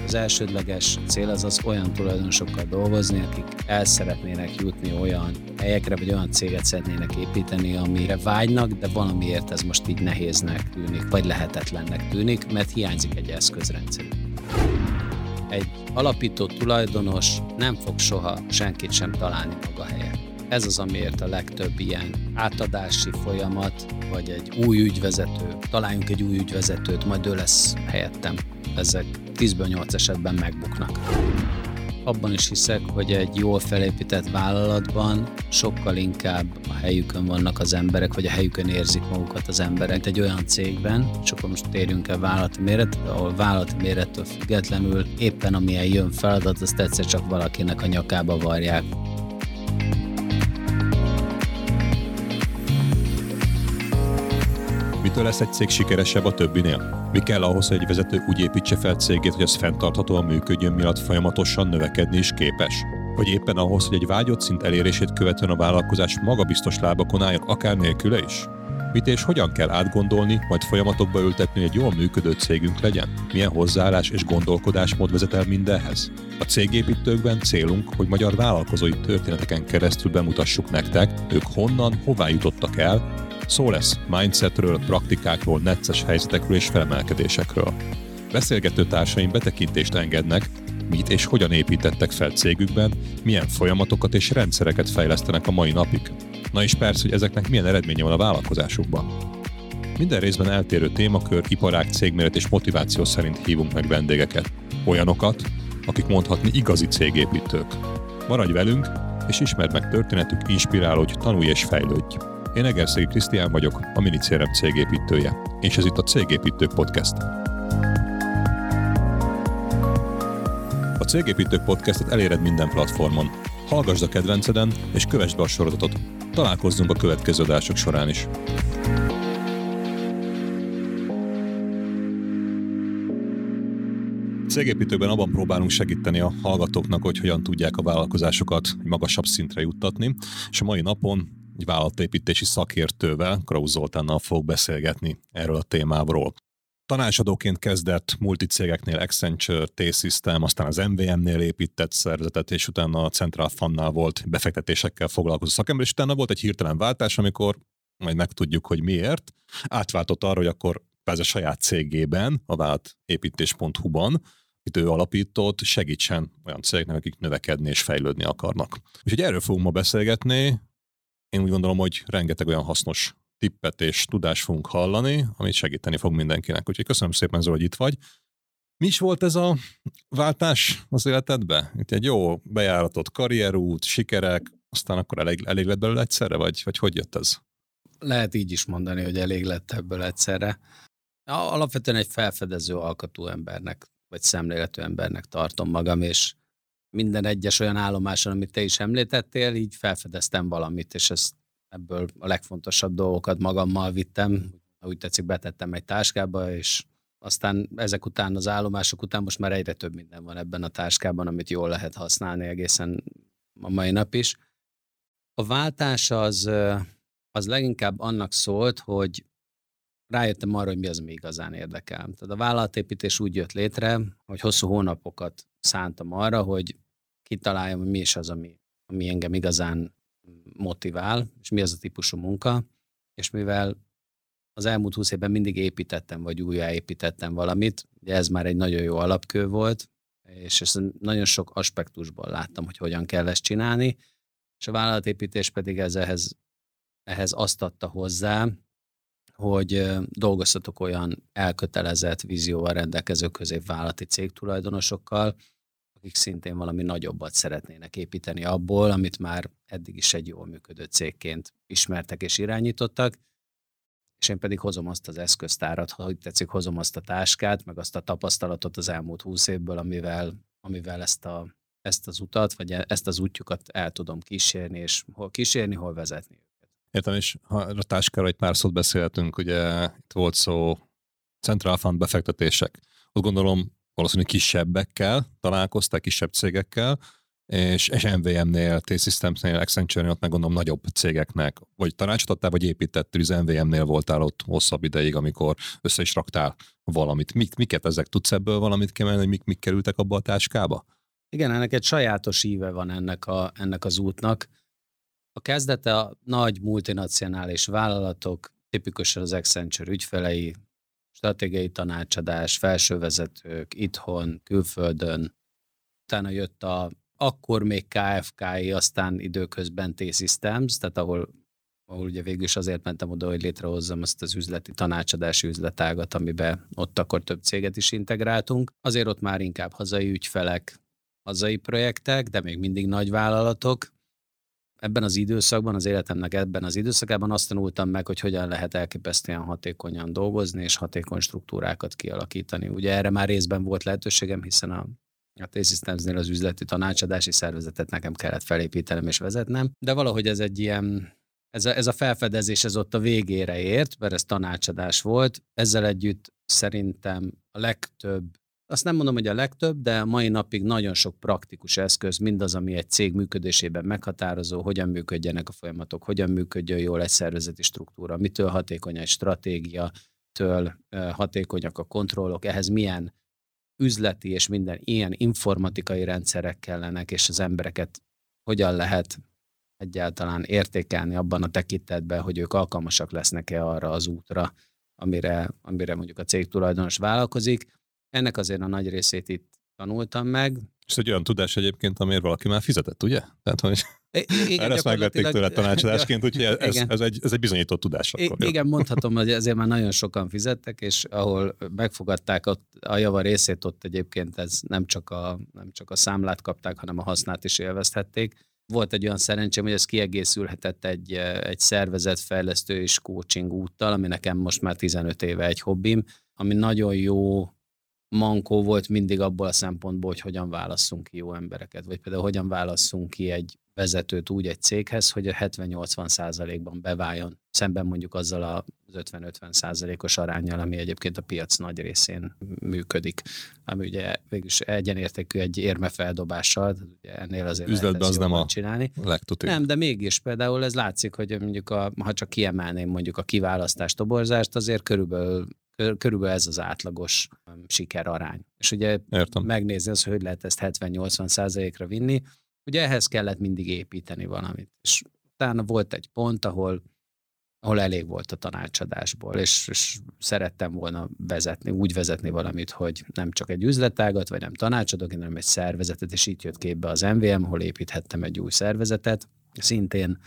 Az elsődleges cél az olyan tulajdonosokkal dolgozni, akik el szeretnének jutni olyan helyekre, vagy olyan céget szeretnének építeni, amire vágynak, de valamiért ez most így nehéznek tűnik, vagy lehetetlennek tűnik, mert hiányzik egy eszközrendszer. Egy alapító tulajdonos nem fog soha senkit sem találni maga helyett. Ez az, amiért a legtöbb ilyen átadási folyamat, vagy egy új ügyvezető, találjunk egy új ügyvezetőt, majd ő lesz helyettem. Ezek 10-ből 8 esetben megbuknak. Abban is hiszek, hogy egy jól felépített vállalatban sokkal inkább a helyükön vannak az emberek, vagy a helyükön érzik magukat az emberek. Egy olyan cégben, és akkor most térjünk el vállalati méretre, ahol vállalati mérettől függetlenül éppen amilyen jön feladat, azt egyszer csak valakinek a nyakába varják. Mitől lesz egy cég sikeresebb a többinél? Mi kell ahhoz, hogy egy vezető úgy építse fel cégét, hogy az fenntarthatóan működjön, miatt folyamatosan növekedni is képes? Vagy éppen ahhoz, hogy egy vágyott szint elérését követően a vállalkozás magabiztos lábakon álljon, akár nélküle is? Mit és hogyan kell átgondolni, majd folyamatokba ültetni, hogy egy jól működő cégünk legyen? Milyen hozzáállás és gondolkodásmód vezet el mindenhez? A cégépítőkben célunk, hogy magyar vállalkozói történeteken keresztül bemutassuk nektek, ők honnan, hová jutottak el. Szó lesz mindsetről, praktikákról, necces helyzetekről és felemelkedésekről. Beszélgető társaim betekintést engednek, mit és hogyan építettek fel cégükben, milyen folyamatokat és rendszereket fejlesztenek a mai napig. Na és persze, hogy ezeknek milyen eredménye van a vállalkozásukban. Minden részben eltérő témakör, iparág, cégméret és motiváció szerint hívunk meg vendégeket. Olyanokat, akik mondhatni igazi cégépítők. Maradj velünk, és ismerd meg történetük, inspirálódj, tanulj és fejlődj. Én Egerszegi Krisztián vagyok, a Minicérem cégépítője, és ez itt a Cégépítők Podcast. A Cégépítők Podcastet eléred minden platformon. Hallgasd a kedvenceden, és kövesd be a sorozatot. Találkozzunk a következő adások során is. Cégépítőkben abban próbálunk segíteni a hallgatóknak, hogy hogyan tudják a vállalkozásokat magasabb szintre juttatni, és a mai napon egy vállalatépítési szakértővel, Krausz Zoltánnal fogok beszélgetni erről a témáról. Tanácsadóként kezdett multicégeknél Accenture, T-System, aztán az MVM-nél épített szervezetet, és utána a Central Fund-nál volt befektetésekkel foglalkozó szakember, és utána volt egy hirtelen váltás, amikor majd megtudjuk, hogy miért. Átváltott arra, hogy akkor ez a saját cégében, a vállalatépítés.hu-ban, amit ő alapított, segítsen olyan cégeknek, akik növekedni és fejlődni akarnak. Úgyhogy erről fogunk ma beszélgetni. Én úgy gondolom, hogy rengeteg olyan hasznos tippet és tudást fogunk hallani, amit segíteni fog mindenkinek. Úgyhogy köszönöm szépen, Zoli, hogy itt vagy. Mi is volt ez a váltás az életedbe? Itt egy jó bejáratott karrierút, sikerek, aztán akkor elég lett belőle egyszerre, vagy hogy jött ez? Lehet így is mondani, hogy elég lett ebből egyszerre. Alapvetően egy felfedező alkatú embernek, vagy szemléletű embernek tartom magam, és minden egyes olyan állomáson, amit te is említettél, így felfedeztem valamit, és ebből a legfontosabb dolgokat magammal vittem, úgy tetszik, betettem egy táskába, és aztán ezek után, az állomások után most már egyre több minden van ebben a táskában, amit jól lehet használni egészen a mai nap is. A váltás az leginkább annak szólt, hogy rájöttem arra, hogy mi az, ami igazán érdekel. Tehát a vállalatépítés úgy jött létre, hogy hosszú hónapokat szántam arra, hogy kitaláljam, hogy mi is az, ami engem igazán motivál, és mi az a típusú munka, és mivel az elmúlt 20 évben mindig építettem, vagy újjáépítettem valamit, ugye ez már egy nagyon jó alapkő volt, és ezt nagyon sok aspektusból láttam, hogy hogyan kell ezt csinálni, és a vállalatépítés pedig ehhez azt adta hozzá, hogy dolgoztatok olyan elkötelezett vízióval rendelkező középvállalati cégtulajdonosokkal, akik szintén valami nagyobbat szeretnének építeni abból, amit már eddig is egy jól működő cégként ismertek és irányítottak, és én pedig hozom azt az eszköztárat, hogy tetszik, hozom azt a táskát, meg azt a tapasztalatot az elmúlt 20 évből, amivel ezt az utat, vagy ezt az útjukat el tudom kísérni, és hol vezetni. Értem, és ha a táskáról egy pár szót beszélhetünk, ugye itt volt szó Central Fund befektetések. Azt gondolom, valószínűleg kisebbekkel találkozták, kisebb cégekkel. és MVM-nél, T-Systems-nél, Accenture-nél ott meg gondolom nagyobb cégeknek, vagy tanácsot adtál, vagy építettél, az MVM-nél voltál ott hosszabb ideig, amikor össze is raktál valamit. Miket ezek? Tudsz ebből valamit kiemelni, hogy mik kerültek abba a táskába? Igen, ennek egy sajátos íve van ennek az útnak. A kezdete a nagy multinacionális vállalatok, tipikusan az Accenture ügyfelei, stratégiai tanácsadás, felsővezetők, itthon, külföldön. Utána jött akkor még KFK-i, aztán időközben T-Systems, tehát ahol ugye végül is azért mentem oda, hogy létrehozzam azt az üzleti tanácsadási üzletágat, amiben ott akkor több céget is integráltunk. Azért ott már inkább hazai ügyfelek, hazai projektek, de még mindig nagy vállalatok. Ebben az időszakban, az életemnek ebben az időszakában azt tanultam meg, hogy hogyan lehet elképesztően hatékonyan dolgozni, és hatékony struktúrákat kialakítani. Ugye erre már részben volt lehetőségem, hiszen a T-Systemsnél az üzleti tanácsadási szervezetet nekem kellett felépítenem és vezetnem, de valahogy ez egy ilyen, ez a felfedezés ez ott a végére ért, mert ez tanácsadás volt. Ezzel együtt szerintem a legtöbb, azt nem mondom, hogy a legtöbb, de a mai napig nagyon sok praktikus eszköz, mindaz, ami egy cég működésében meghatározó, hogyan működjenek a folyamatok, hogyan működjön jól egy szervezeti struktúra, mitől hatékony egy stratégia, től hatékonyak a kontrollok, ehhez milyen üzleti és minden ilyen informatikai rendszerek kellenek, és az embereket hogyan lehet egyáltalán értékelni abban a tekintetben, hogy ők alkalmasak lesznek-e arra az útra, amire mondjuk a cég tulajdonos vállalkozik. Ennek azért a nagy részét itt tanultam meg. És egy olyan tudás egyébként, amiért valaki már fizetett, ugye? Tehát, hogy igen, ezt megvették tőle tanácsadásként, úgyhogy ez egy bizonyított tudás. Akkor, igen, mondhatom, hogy ezért már nagyon sokan fizettek, és ahol megfogadták a java részét, ott egyébként ez nem csak a számlát kapták, hanem a hasznát is élvezhették. Volt egy olyan szerencsém, hogy ez kiegészülhetett egy szervezetfejlesztő és coaching úttal, ami nekem most már 15 éve egy hobbim, ami nagyon jó mankó volt mindig abból a szempontból, hogy hogyan válasszunk ki jó embereket, vagy például hogyan válasszunk ki egy vezetőt úgy egy céghez, hogy a 70-80%-ban beváljon, szemben mondjuk azzal az 50-50%-os aránnyal, ami egyébként a piac nagy részén működik, ami ugye végülis egyenértékű egy érmefeldobással, ugye ennél azért üzletben az nem a csinálni. legtutik. Nem, de mégis például ez látszik, hogy mondjuk ha csak kiemelném mondjuk a kiválasztást, toborzást, azért körülbelül ez az átlagos sikerarány. És ugye megnézni az, hogy lehet ezt 70-80%-ra vinni, ugye ehhez kellett mindig építeni valamit. És utána volt egy pont, ahol elég volt a tanácsadásból, és szerettem volna úgy vezetni valamit, hogy nem csak egy üzletágat, vagy nem tanácsadok, hanem egy szervezetet, és itt jött képbe az MVM, hol építhettem egy új szervezetet. Szintén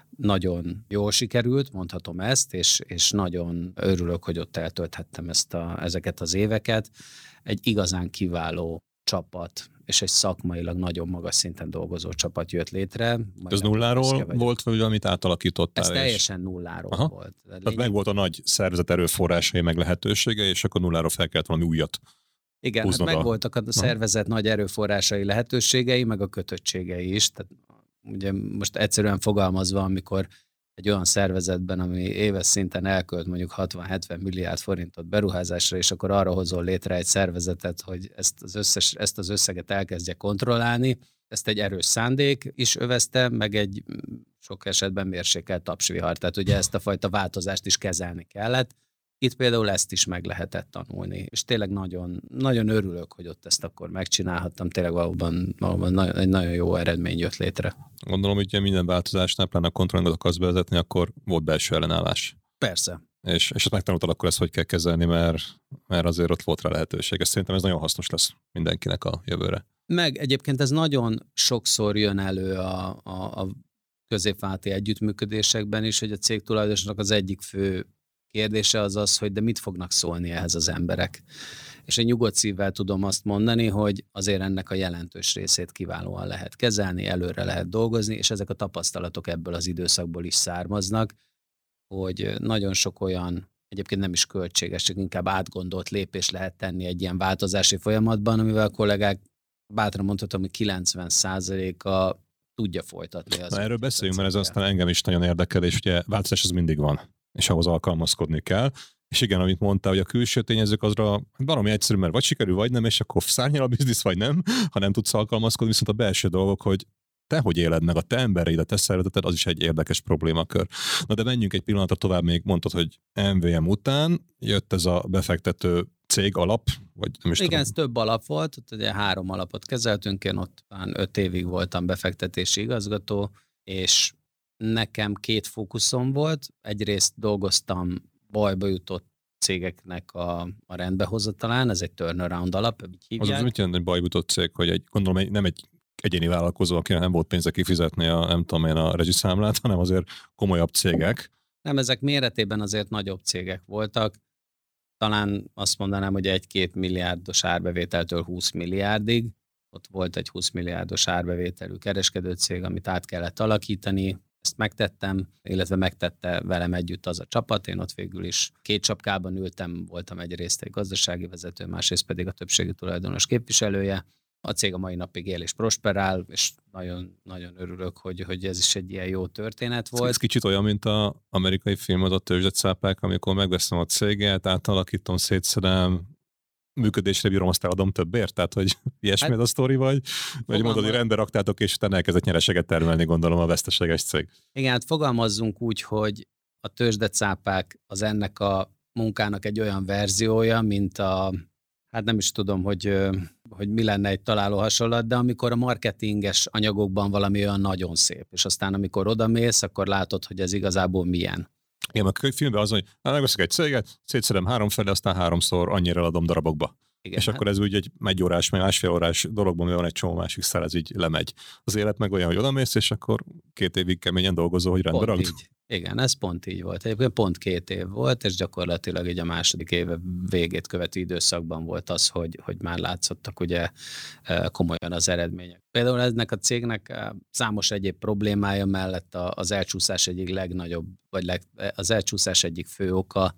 nagyon jól sikerült, mondhatom ezt, és nagyon örülök, hogy ott eltölthettem ezeket az éveket. Egy igazán kiváló csapat, és egy szakmailag nagyon magas szinten dolgozó csapat jött létre. Ez nulláról volt, vagy amit átalakítottál? Ez teljesen nulláról volt. Tehát meg volt a nagy szervezet erőforrásai, meg lehetősége, és akkor nulláról fel kellett valami újat. Igen, hát megvoltak a szervezet nagy erőforrásai lehetőségei, meg a kötöttségei is. Tehát ugye most egyszerűen fogalmazva, amikor egy olyan szervezetben, ami éves szinten elkölt mondjuk 60-70 milliárd forintot beruházásra, és akkor arra hozol létre egy szervezetet, hogy ezt az összeget elkezdje kontrollálni, ezt egy erős szándék is övezte, meg egy sok esetben mérsékelt tapsvihar. Tehát ugye ezt a fajta változást is kezelni kellett. Itt például ezt is meg lehetett tanulni, és tényleg nagyon, nagyon örülök, hogy ott ezt akkor megcsinálhattam, tényleg valóban egy nagyon jó eredmény jött létre. Gondolom, hogy ugye minden változásnál, pláne a kontrollingot akarsz bevezetni, akkor volt belső ellenállás. Persze. És ezt megtanultad akkor ezt, hogy kell kezelni, mert azért ott volt rá lehetőség. Szerintem ez nagyon hasznos lesz mindenkinek a jövőre. Meg egyébként ez nagyon sokszor jön elő a középvállalati együttműködésekben is, hogy a cég tulajdonosnak az egyik fő kérdése az, hogy de mit fognak szólni ehhez az emberek. És én nyugodt szívvel tudom azt mondani, hogy azért ennek a jelentős részét kiválóan lehet kezelni, előre lehet dolgozni, és ezek a tapasztalatok ebből az időszakból is származnak, hogy nagyon sok olyan, egyébként nem is költséges, csak inkább átgondolt lépés lehet tenni egy ilyen változási folyamatban, amivel a kollégák bátran mondhatom, hogy 90%-a tudja folytatni. Na, erről beszéljünk, mert ez aztán engem is nagyon érdekel, és ugye változás az mindig van, és ahhoz alkalmazkodni kell. És igen, amit mondtál, hogy a külső tényezők azra valami egyszerű, mert vagy sikerül, vagy nem, és akkor szárnyal a biznisz, vagy nem, ha nem tudsz alkalmazkodni, viszont a belső dolgok, hogy te hogy éled meg, a te embereid, a te szervezeted, az is egy érdekes problémakör. Na de menjünk egy pillanatra tovább, még mondtad, hogy MVM után jött ez a befektető cég alap, vagy nem is igen, tudom. ez több alap volt, ott ugye 3 alapot kezeltünk, én ott 5 évig voltam befektetési igazgató, és nekem 2 fókuszom volt. Egyrészt dolgoztam bajba jutott cégeknek a rendbehozatalán, ez egy turnaround alap, így hívják. Az mit jelent egy bajba jutott cég, hogy gondolom nem egy egyéni vállalkozó, akinek nem volt pénze kifizetni a rezsiszámlát, hanem azért komolyabb cégek. Nem, ezek méretében azért nagyobb cégek voltak. Talán azt mondanám, hogy 1-2 milliárdos árbevételtől 20 milliárdig. Ott volt egy 20 milliárdos árbevételű kereskedőcég, amit át kellett alakítani. Ezt megtettem, illetve megtette velem együtt az a csapat. Én ott végül is 2 csapkában ültem, voltam egyrészt egy gazdasági vezető, másrészt pedig a többségi tulajdonos képviselője. A cég a mai napig él és prosperál, és nagyon, nagyon örülök, hogy ez is egy ilyen jó történet volt. Ez kicsit olyan, mint az amerikai film, az a tőzsdecápák, amikor megveszem a céget, átalakítom, szétszedem, működésre bírom, aztán adom többért? Tehát, hogy ilyesmi a sztori vagy mondod, hogy rendbe raktátok, és utána elkezdett nyereséget termelni, gondolom, a veszteséges cég. Igen, hát fogalmazzunk úgy, hogy a tőzsdecápák az ennek a munkának egy olyan verziója, mint hát nem is tudom, hogy mi lenne egy találó hasonlat, de amikor a marketinges anyagokban valami olyan nagyon szép, és aztán amikor odamész, akkor látod, hogy ez igazából milyen. Igen, a filmben az, hogy megveszek egy céget, szétszedem 3 felé, aztán 3-szor annyira adom darabokba. Igen, és akkor ez úgy egy 1 órás, meg 1,5 órás dologban, mi van egy csomó másik szál, ez így lemegy. Az élet meg olyan, hogy odamész, és akkor 2 évig keményen dolgozol, hogy rendbe rakd. Igen, ez pont így volt. Egyébként pont 2 év volt, és gyakorlatilag így a második éve végét követő időszakban volt az, hogy már látszottak ugye komolyan az eredmények. Például ennek a cégnek számos egyéb problémája mellett az elcsúszás egyik legnagyobb, vagy az elcsúszás egyik fő oka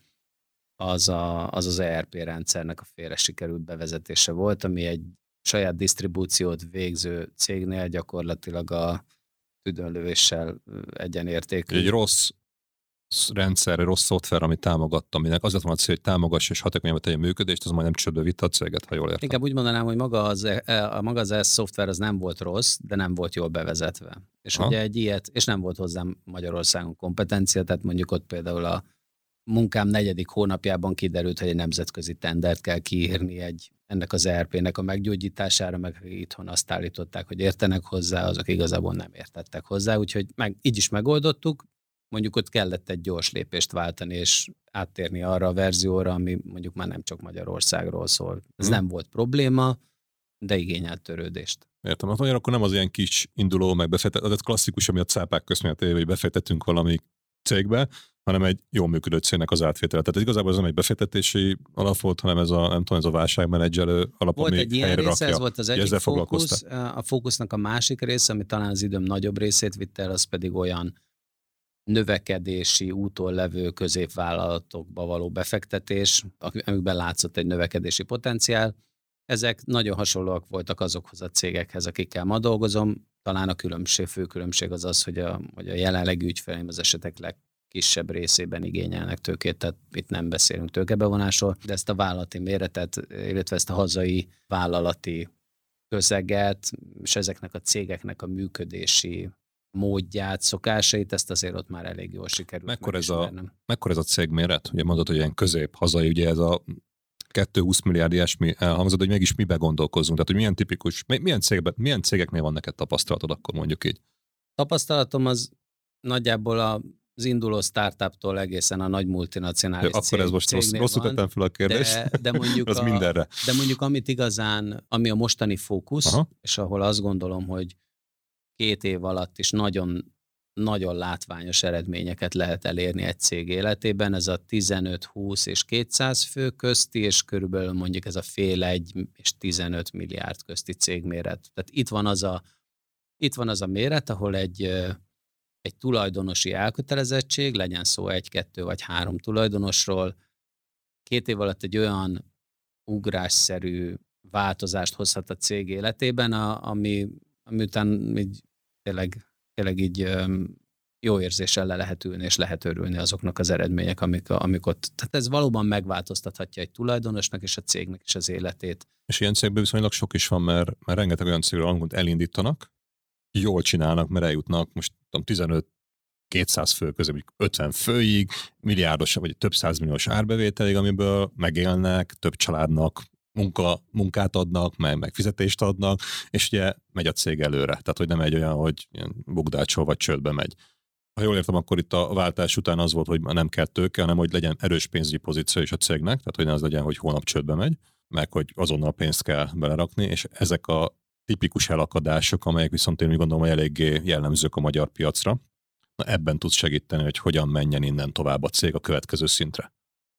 az ERP rendszernek a félre sikerült bevezetése volt, ami egy saját disztribúciót végző cégnél gyakorlatilag a tüdőnlövéssel egyenértékű. Egy rossz rendszer, rossz szoftver, ami támogatta, aminek az lett volna a cél, hogy támogass és hatékonyabb tegyen működést, az majdnem csődbe vitte a céget, ha jól értem. Inkább úgy mondanám, hogy maga az szoftver az nem volt rossz, de nem volt jól bevezetve. És ugye egy ilyet, és nem volt hozzám Magyarországon kompetencia, tehát mondjuk ott például a munkám 4. hónapjában kiderült, hogy egy nemzetközi tendert kell kiírni ennek az ERP-nek a meggyógyítására, meg itthon azt állították, hogy értenek hozzá, azok igazából nem értettek hozzá, úgyhogy így is megoldottuk, mondjuk ott kellett egy gyors lépést váltani, és áttérni arra a verzióra, ami mondjuk már nem csak Magyarországról szól. Ez nem volt probléma, de igényelt törődést. Értem, hát akkor nem az ilyen kis induló, meg befektető, az klasszikus, ami a cápák közméletével, hogy befektetünk valami cégbe, hanem egy jól működő cégnek az átvétele. Tehát igazából ez nem egy befektetési alap volt, hanem ez a válságmenedzselő alap, volt ami egy ilyen helyre része, rakja. ez volt az egyik fókusz. A fókusznak a másik része, ami talán az időm nagyobb részét vitte el, az pedig olyan növekedési úton levő középvállalatokba való befektetés, amikben látszott egy növekedési potenciál. Ezek nagyon hasonlóak voltak azokhoz a cégekhez, akikkel ma dolgozom. Talán a fő különbség az az, hogy a jelenlegi ügyfeleim az esetek legkisebb részében igényelnek tőkét, tehát itt nem beszélünk tőkebevonásról, de ezt a vállalati méretet, illetve ezt a hazai vállalati közeget, és ezeknek a cégeknek a működési módját, szokásait, ezt azért ott már elég jól sikerült Mekkora ez a cég méret? Ugye mondod, hogy ilyen közép hazai, ugye ez a 2-20 milliárd ilyesmi elhangzott, hogy mégis mibe gondolkozzunk, tehát hogy milyen tipikus, milyen cégeknél van neked tapasztalatod, akkor mondjuk így? Tapasztalatom az nagyjából az induló startuptól egészen a nagy multinacionális akkor ez most rosszul tettem fel a kérdést, de mondjuk az mindenre. De mondjuk ami a mostani fókusz, és ahol azt gondolom, hogy 2 év alatt is nagyon, nagyon látványos eredményeket lehet elérni egy cég életében. Ez a 15-20 és 200 fő közti, és körülbelül mondjuk ez a fél 1 és 15 milliárd közti cégméret. Tehát itt van az a méret, ahol egy tulajdonosi elkötelezettség, legyen szó 1, 2 vagy 3 tulajdonosról, 2 év alatt egy olyan ugrásszerű változást hozhat a cég életében, ami után így tényleg így jó érzéssel le lehet ülni, és lehet örülni azoknak az eredmények, amik ott. Tehát ez valóban megváltoztathatja egy tulajdonosnak és a cégnek is az életét. És ilyen cégben viszonylag sok is van, mert rengeteg olyan cégről, amit elindítanak, jól csinálnak, mert eljutnak most 15-200 fő közé, 50 főig, milliárdos vagy több százmilliós árbevételig, amiből megélnek, több családnak munkát adnak, meg fizetést adnak, és ugye megy a cég előre. Tehát, hogy nem egy olyan, hogy bukdácsol vagy csődbe megy. Ha jól értem, akkor itt a váltás után az volt, hogy nem kell tőke, hanem hogy legyen erős pénzügyi pozíció is a cégnek, tehát hogy ne az legyen, hogy hónap csődbe megy, meg hogy azonnal pénzt kell belerakni, és ezek a tipikus elakadások, amelyek viszont én úgy gondolom, hogy eléggé jellemzők a magyar piacra. Na, ebben tudsz segíteni, hogy hogyan menjen innen tovább a cég a következő szintre.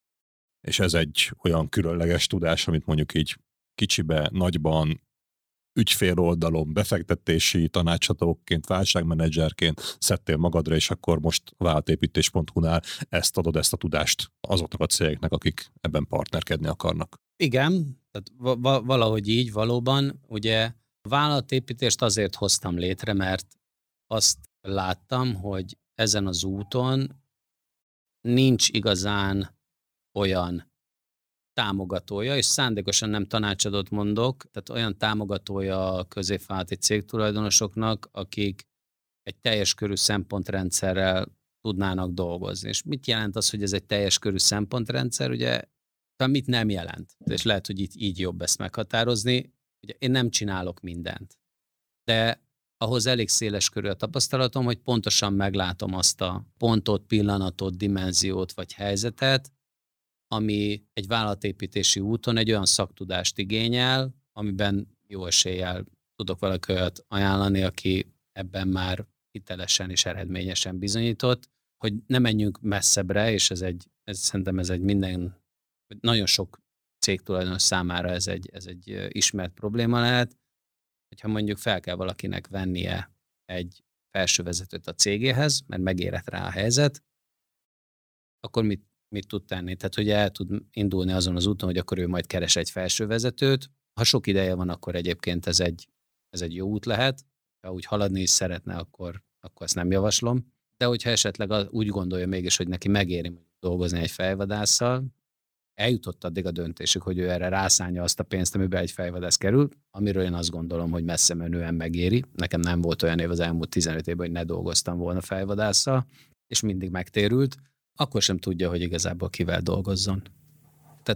És ez egy olyan különleges tudás, amit mondjuk így kicsibe, nagyban, ügyféloldalon, befektetési tanácsadóként, válságmenedzserként szedtél magadra, és akkor most a vállalatépítés.hu-nál ezt adod, ezt a tudást azoknak a cégeknek, akik ebben partnerkedni akarnak. Igen, tehát valahogy így valóban. Ugye a vállalatépítést azért hoztam létre, mert azt láttam, hogy ezen az úton nincs igazán olyan támogatója, és szándékosan nem tanácsadót mondok, tehát olyan támogatója a középvállalati cégtulajdonosoknak, akik egy teljes körű szempontrendszerrel tudnának dolgozni. És mit jelent az, hogy ez egy teljes körű szempontrendszer? Ugye, mit nem jelent? És lehet, hogy itt így jobb ezt meghatározni. Ugye én nem csinálok mindent, de ahhoz elég széles körű a tapasztalatom, hogy pontosan meglátom azt a pontot, pillanatot, dimenziót vagy helyzetet, ami egy vállalatépítési úton egy olyan szaktudást igényel, amiben jó eséllyel tudok valaki olyat ajánlani, aki ebben már hitelesen és eredményesen bizonyított, hogy ne menjünk messzebbre, és szerintem ez egy nagyon sok cégtulajdonos számára ez egy ismert probléma lehet, hogyha mondjuk fel kell valakinek vennie egy felsővezetőt a cégéhez, mert megérett rá a helyzet, akkor mit tud tenni? Tehát, hogy el tud indulni azon az úton, hogy akkor ő majd keres egy felsővezetőt. Ha sok ideje van, akkor egyébként ez egy jó út lehet. Ha úgy haladni is szeretne, akkor ezt nem javaslom. De hogyha esetleg úgy gondolja mégis, hogy neki megéri dolgozni egy fejvadásszal, eljutott addig a döntésig, hogy ő erre rászánja azt a pénzt, amiben egy fejvadász kerül, amiről én azt gondolom, hogy messze menően megéri. Nekem nem volt olyan év az elmúlt 15 évben, hogy ne dolgoztam volna fejvadásszal, és mindig megtérült, akkor sem tudja, hogy igazából kivel dolgozzon. Tehát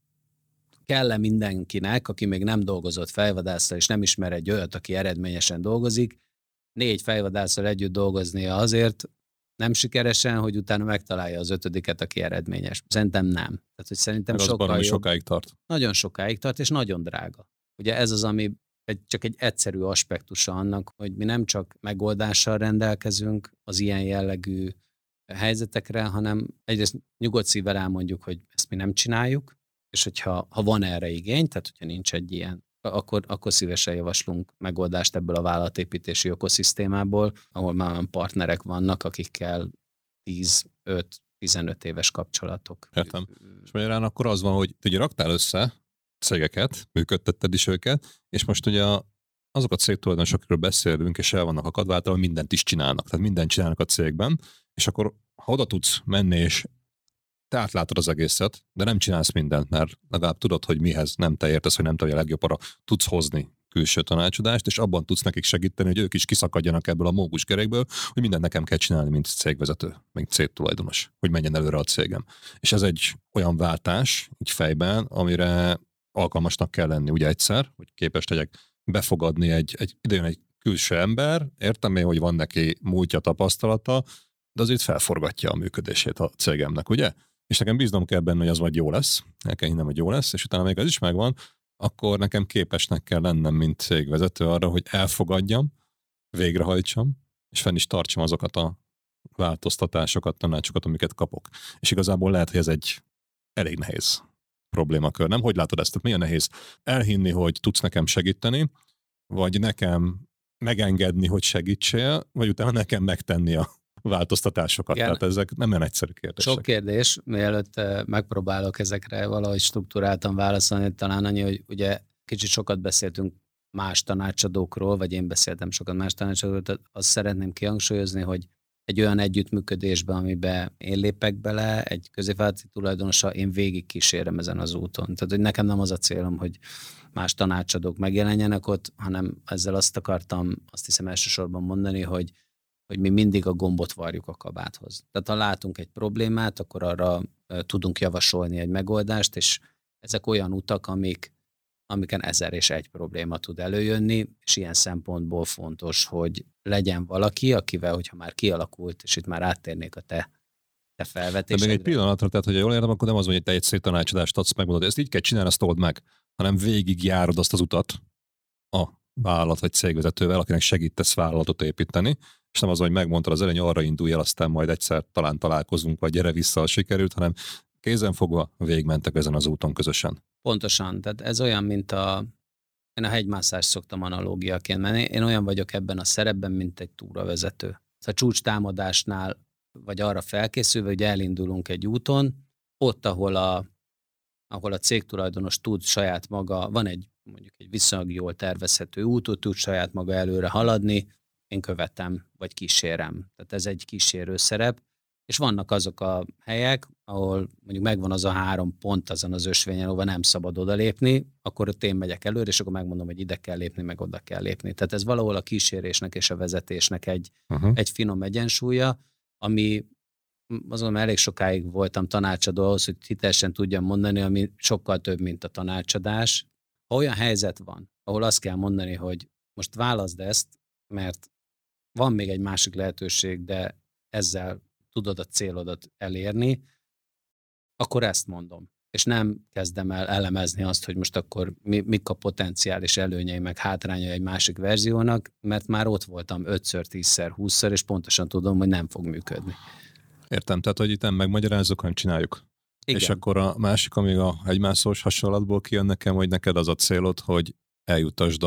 kell-e mindenkinek, aki még nem dolgozott fejvadásszal, és nem ismer egy olyat, aki eredményesen dolgozik, 4 fejvadásszal együtt dolgoznia azért, nem sikeresen, hogy utána megtalálja az 5-et, aki eredményes. Szerintem nem. Tehát, hogy szerintem sokáig tart. Nagyon sokáig tart, és nagyon drága. Ugye ez az, ami csak egy egyszerű aspektusa annak, hogy mi nem csak megoldással rendelkezünk az ilyen jellegű helyzetekre, hanem egyrészt nyugodt szívvel elmondjuk, hogy ezt mi nem csináljuk, és hogyha van erre igény, tehát hogyha nincs egy ilyen, akkor szívesen javaslunk megoldást ebből a vállalatépítési ökoszisztémából, ahol már olyan partnerek vannak, akikkel 10-5-15 éves kapcsolatok. Értem. És magyarán akkor az van, hogy ugye raktál össze cégeket, működtetted is őket, és most ugye azok a cégtulajdonosok, akikről beszélünk, és el vannak akadva, általában mindent is csinálnak. Tehát mindent csinálnak a cégben, és akkor ha oda tudsz menni, és te átlátod az egészet, de nem csinálsz mindent, mert legalább tudod, hogy mihez nem te értesz, hogy nem te vagy a legjobb arra, tudsz hozni külső tanácsadást, és abban tudsz nekik segíteni, hogy ők is kiszakadjanak ebből a mókuskerékből, hogy mindent nekem kell csinálni, mint cégvezető, mint cégtulajdonos, hogy menjen előre a cégem. És ez egy olyan váltás, így fejben, amire alkalmasnak kell lenni ugye egyszer, hogy képes legyek befogadni idejön egy külső ember, értem én, hogy van neki múltja, tapasztalata, de azért felforgatja a működését a cégemnek, ugye? És nekem bíznom kell benne, hogy az majd jó lesz, el kell hinnem, hogy jó lesz, és utána még az is megvan, akkor nekem képesnek kell lennem, mint cégvezető arra, hogy elfogadjam, végrehajtsam, és fenn is tartsam azokat a változtatásokat, tanácsokat, amiket kapok. És igazából lehet, hogy ez egy elég nehéz problémakör, nem? Hogy látod ezt? Milyen nehéz elhinni, hogy tudsz nekem segíteni, vagy nekem megengedni, hogy segítsél, vagy utána nekem megtenni a változtatásokat. Igen. Tehát ezek nem olyan egyszerű kérdések. Sok kérdés, mielőtt megpróbálok ezekre valahogy struktúráltan válaszolni, talán annyi, hogy ugye kicsit sokat beszéltünk más tanácsadókról, vagy én beszéltem sokat más tanácsadókról, tehát azt szeretném kihangsúlyozni, hogy egy olyan együttműködésbe, amiben én lépek bele, egy középvállalati tulajdonossal, én végig kísérem ezen az úton. Tehát, hogy nekem nem az a célom, hogy más tanácsadók megjelenjenek ott, hanem ezzel azt akartam, azt hiszem elsősorban mondani, hogy mi mindig a gombot varjuk a kabáthoz. Tehát ha látunk egy problémát, akkor arra tudunk javasolni egy megoldást, és ezek olyan utak, amiken 1001 probléma tud előjönni, és ilyen szempontból fontos, hogy legyen valaki, akivel, hogyha már kialakult, és itt már áttérnék a te felvetésedre. De még egy pillanatra, tehát, hogy jól értem, akkor nem az, hogy te egy szép tanácsadást adsz, megmondod, ezt így kell csinálni, azt old meg, hanem végig járod azt az utat a vállalat vagy cégvezetővel, akinek segítesz vállalatot építeni, és nem az, hogy megmondtad az elején, arra indulj el, aztán majd egyszer talán találkozunk, vagy gyere vissza, ha sikerült, hanem kézenfogva végigmentek ezen az úton közösen. Pontosan, tehát ez olyan, mint én a hegymászást szoktam analógiaként menni, én olyan vagyok ebben a szerepben, mint egy túravezető. A csúcs támadásnál, vagy arra felkészülve, hogy elindulunk egy úton, ott, ahol a cégtulajdonos tud saját maga, van mondjuk egy viszonylag jól tervezhető út, tud saját maga előre haladni, én követem, vagy kísérem. Tehát ez egy kísérő szerep, és vannak azok a helyek, ahol mondjuk megvan az a 3 pont azon az ösvényen, ahol nem szabad odalépni, akkor ott én megyek előre, és akkor megmondom, hogy ide kell lépni, meg oda kell lépni. Tehát ez valahol a kísérésnek és a vezetésnek egy finom egyensúlya, ami azon elég sokáig voltam tanácsadó ahhoz, hogy hitelesen tudjam mondani, ami sokkal több, mint a tanácsadás. Ha olyan helyzet van, ahol azt kell mondani, hogy most válaszd ezt, mert van még egy másik lehetőség, de ezzel tudod a célodat elérni, akkor ezt mondom. És nem kezdem el elemezni azt, hogy most akkor mik a potenciális előnyei, meg hátrányai egy másik verziónak, mert már ott voltam 5-ször, 10-szer, 20-szor, és pontosan tudom, hogy nem fog működni. Értem, tehát hogy itt nem megmagyarázzuk, hanem csináljuk. Igen. És akkor a másik, amíg a hegymászós hasonlatból kijön nekem, hogy neked az a célod, hogy eljutasd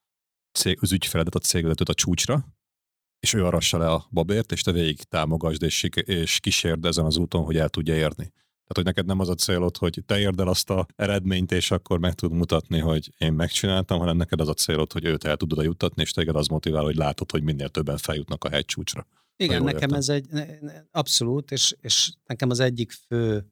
az ügyfeledet, a cégvezetőt a csúcsra, és ő arassa le a babért, és te végig támogasd és kísérd ezen az úton, hogy el tudja érni. Tehát, hogy neked nem az a célod, hogy te érd el azt a eredményt, és akkor meg tud mutatni, hogy én megcsináltam, hanem neked az a célod, hogy őt el tudod juttatni, és téged az motivál, hogy látod, hogy minél többen feljutnak a hegycsúcsra. Igen, nekem ez abszolút, és nekem az egyik fő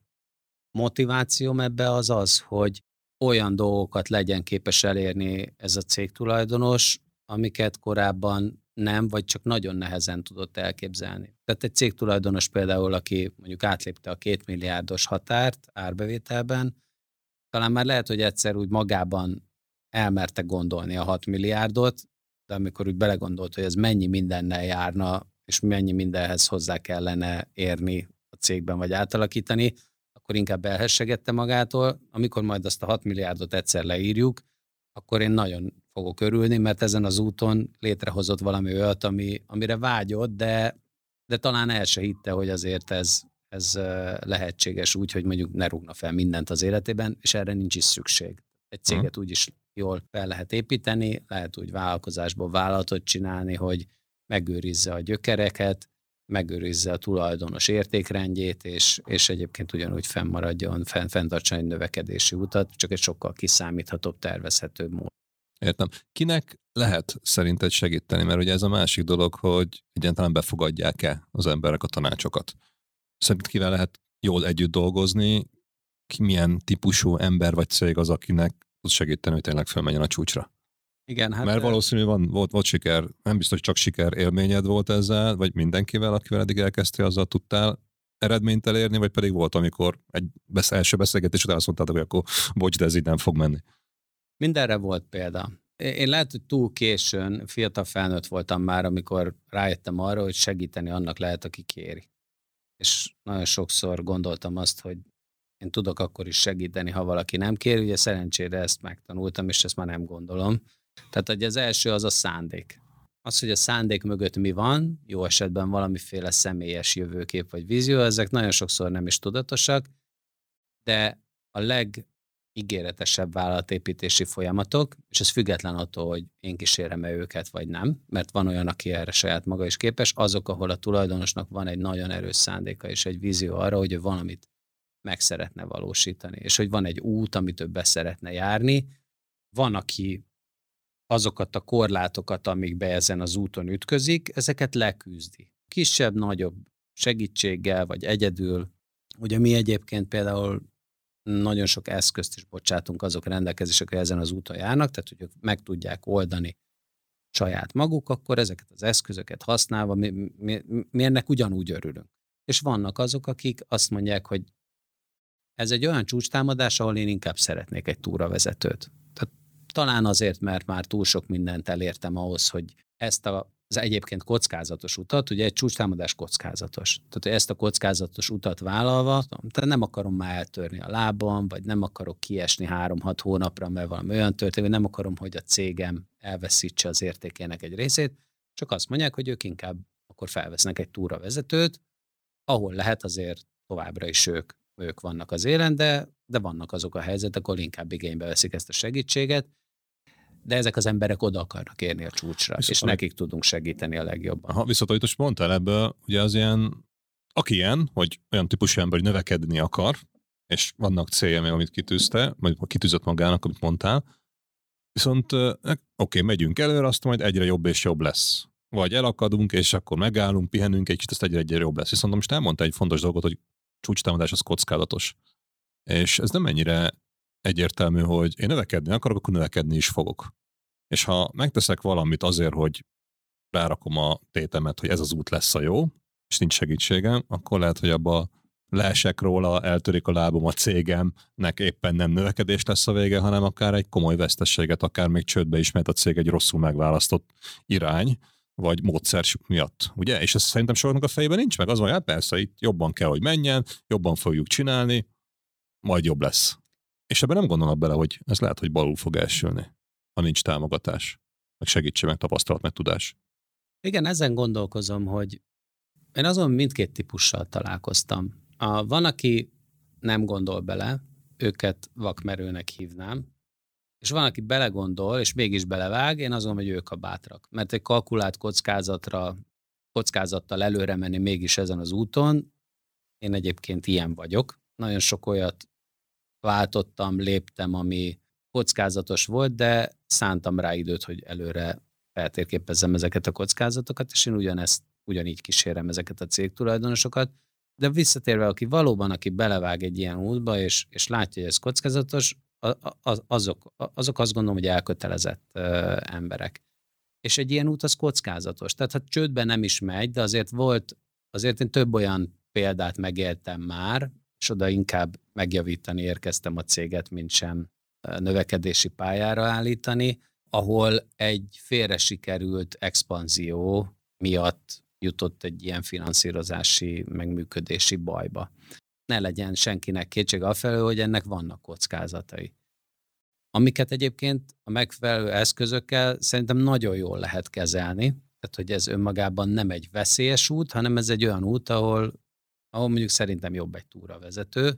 motivációm ebbe az, hogy olyan dolgokat legyen képes elérni ez a cégtulajdonos, amiket korábban nem, vagy csak nagyon nehezen tudott elképzelni. Tehát egy cégtulajdonos például, aki mondjuk átlépte a 2 milliárdos határt árbevételben, talán már lehet, hogy egyszer úgy magában elmerte gondolni a 6 milliárdot, de amikor úgy belegondolt, hogy ez mennyi mindennel járna, és mennyi mindenhez hozzá kellene érni a cégben, vagy átalakítani, akkor inkább elhessegette magától. Amikor majd azt a 6 milliárdot egyszer leírjuk, akkor én nagyon fogok örülni, mert ezen az úton létrehozott valami olyat, amire vágyott, de talán el se hitte, hogy azért ez lehetséges úgy, hogy mondjuk ne rúgna fel mindent az életében, és erre nincs is szükség. Egy céget úgyis jól fel lehet építeni, lehet úgy vállalkozásból vállalatot csinálni, hogy megőrizze a gyökereket, megőrizze a tulajdonos értékrendjét, és egyébként ugyanúgy fennmaradjon, fenntartson egy növekedési utat, csak egy sokkal kiszámíthatóbb, tervezhetőbb mód. Értem. Kinek lehet szerinted segíteni? Mert ugye ez a másik dolog, hogy egyáltalán befogadják-e az emberek a tanácsokat. Szerinted kivel lehet jól együtt dolgozni? Milyen típusú ember vagy cég az, akinek tud segíteni, hogy tényleg felmenjen a csúcsra? Igen, hát mert valószínűleg volt siker, nem biztos, csak siker élményed volt ezzel, vagy mindenkivel, akivel eddig elkezdtél, azzal tudtál eredményt elérni, vagy pedig volt, amikor egy első beszélgetés után azt mondtátok, hogy akkor bocs, de ez így nem fog menni. Mindenre volt példa. Én lehet, hogy túl későn, fiatal felnőtt voltam már, amikor rájöttem arra, hogy segíteni annak lehet, aki kéri. És nagyon sokszor gondoltam azt, hogy én tudok akkor is segíteni, ha valaki nem kér. Ugye szerencsére ezt megtanultam, és ezt már nem gondolom. Tehát hogy az első az a szándék. Az, hogy a szándék mögött mi van, jó esetben valamiféle személyes jövőkép vagy vízió, ezek nagyon sokszor nem is tudatosak, de a legígéretesebb vállalatépítési folyamatok, és ez független attól, hogy én kísérem-e őket vagy nem, mert van olyan, aki erre saját maga is képes, azok, ahol a tulajdonosnak van egy nagyon erős szándéka és egy vízió arra, hogy ő valamit meg szeretne valósítani, és hogy van egy út, amit ő be szeretne járni, van, aki azokat a korlátokat, amikbe ezen az úton ütközik, ezeket leküzdi. kisebb, nagyobb segítséggel, vagy egyedül. Ugye mi egyébként például nagyon sok eszközt is bocsátunk azok rendelkezések, hogy ezen az úton járnak, tehát hogy ők meg tudják oldani saját maguk, akkor ezeket az eszközöket használva mi ennek ugyanúgy örülünk. És vannak azok, akik azt mondják, hogy ez egy olyan csúcstámadás, ahol én inkább szeretnék egy túravezetőt. Tehát talán azért, mert már túl sok mindent elértem ahhoz, hogy ezt az egyébként kockázatos utat, ugye egy csúcstámadás kockázatos. Tehát, hogy ezt a kockázatos utat vállalva, tehát nem akarom már eltörni a lábam, vagy nem akarok kiesni 3-6 hónapra, mert valami olyan történik, nem akarom, hogy a cégem elveszítse az értékének egy részét, csak azt mondják, hogy ők inkább akkor felvesznek egy túravezetőt, ahol lehet azért továbbra is ők vannak az élen, de vannak azok a helyzetek, ahol inkább igénybe veszik ezt a segítséget, de ezek az emberek oda akarnak érni a csúcsra, viszont, és nekik tudunk segíteni a legjobban. Aha, viszont, ahogy most mondtál ebből, ugye az ilyen, aki ilyen, hogy olyan típusú ember, hogy növekedni akar, és vannak célja, amit kitűzte, vagy kitűzött magának, amit mondtál, viszont oké, megyünk előre, azt majd egyre jobb és jobb lesz. Vagy elakadunk, és akkor megállunk, pihenünk egy kicsit, azt egyre jobb lesz. Viszont most elmondta egy fontos dolgot, hogy csúcstámadás az kockázatos. És ez nem ennyire egyértelmű, hogy én növekedni akarok, akkor növekedni is fogok. És ha megteszek valamit azért, hogy rárakom a tétemet, hogy ez az út lesz a jó, és nincs segítségem, akkor lehet, hogy abba leesek róla, eltörik a lábom a cégemnek, éppen nem növekedés lesz a vége, hanem akár egy komoly veszteséget, akár még csődbe is mehet a cég egy rosszul megválasztott irány, vagy módszer miatt, ugye? És ez szerintem sokaknak a fejében nincs meg. Az van, hát persze, itt jobban kell, hogy menjen, jobban fogjuk csinálni, majd jobb lesz. És ebben nem gondolnak bele, hogy ez lehet, hogy balul fog elsülni, ha nincs támogatás, meg segítség, meg tapasztalat, meg tudás. Igen, ezen gondolkozom, hogy én azon mindkét típussal találkoztam. Van, aki nem gondol bele, őket vakmerőnek hívnám, és van, aki belegondol, és mégis belevág, én azon, hogy ők a bátrak. Mert egy kalkulált kockázattal előre menni mégis ezen az úton, én egyébként ilyen vagyok. Nagyon sok olyat váltottam, léptem, ami kockázatos volt, de szántam rá időt, hogy előre feltérképezzem ezeket a kockázatokat, és én ugyanígy kísérem ezeket a cégtulajdonosokat. De visszatérve, aki belevág egy ilyen útba, és látja, hogy ez kockázatos, azok azt gondolom, hogy elkötelezett emberek. És egy ilyen út az kockázatos. Tehát ha csődben nem is megy, de azért én több olyan példát megéltem már, és oda inkább megjavítani érkeztem a céget, mint sem növekedési pályára állítani, ahol egy félre sikerült expanzió miatt jutott egy ilyen finanszírozási, megműködési bajba. Ne legyen senkinek kétsége afelől, hogy ennek vannak kockázatai. Amiket egyébként a megfelelő eszközökkel szerintem nagyon jól lehet kezelni, tehát hogy ez önmagában nem egy veszélyes út, hanem ez egy olyan út, ahol mondjuk szerintem jobb egy túravezető,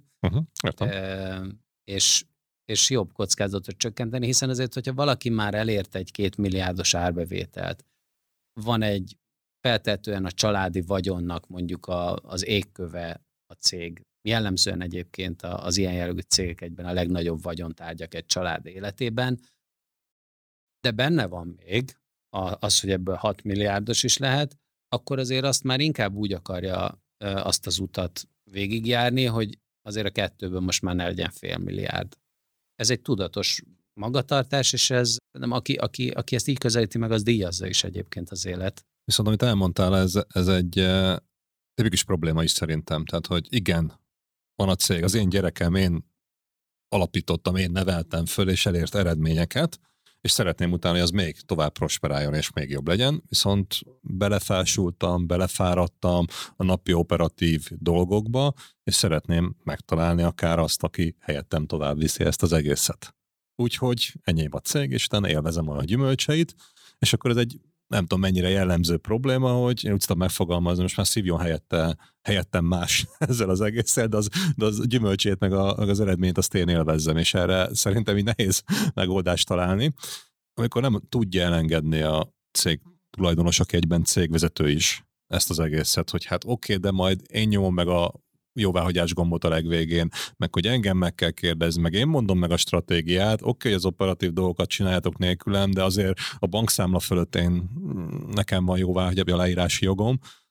és jobb kockázatot csökkenteni, hiszen azért, hogyha valaki már elért egy 2 milliárdos árbevételt, van egy feltehetően a családi vagyonnak mondjuk az égköve a cég. Jellemzően egyébként az ilyen jellegű cégek egyben a legnagyobb vagyontárgyak egy család életében, de benne van még az, hogy ebből 6 milliárdos is lehet, akkor azért azt már inkább úgy akarja azt az utat végigjárni, hogy azért a kettőből most már ne legyen fél milliárd. Ez egy tudatos magatartás, és ez nem, aki ezt így közelíti meg, az díjazza is egyébként az élet. Viszont amit elmondtál, ez egy tipikus probléma is szerintem. Tehát, hogy igen, van a cég, az én gyerekem, én alapítottam, én neveltem föl, és elért eredményeket, és szeretném utána, hogy az még tovább prosperáljon, és még jobb legyen, viszont belefásultam, belefáradtam a napi operatív dolgokba, és szeretném megtalálni akár azt, aki helyettem tovább viszi ezt az egészet. Úgyhogy enyém a cég, és utána élvezem a gyümölcseit, és akkor ez egy nem tudom mennyire jellemző probléma, hogy én úgy tudom megfogalmazni, most már szívjon helyettem más ezzel az egésszel, de az gyümölcsét meg az eredményt azt én élvezzem, és erre szerintem így nehéz megoldást találni. Amikor nem tudja elengedni a cég tulajdonos, aki egyben cégvezető is ezt az egészet, hogy hát oké, de majd én nyomom meg a jóváhagyás gombot a legvégén, meg hogy engem meg kell kérdezni, meg én mondom meg a stratégiát, oké, az operatív dolgokat csináljátok nélkülem, de azért a bankszámla fölött nekem van jóváhagyási leírási jogom,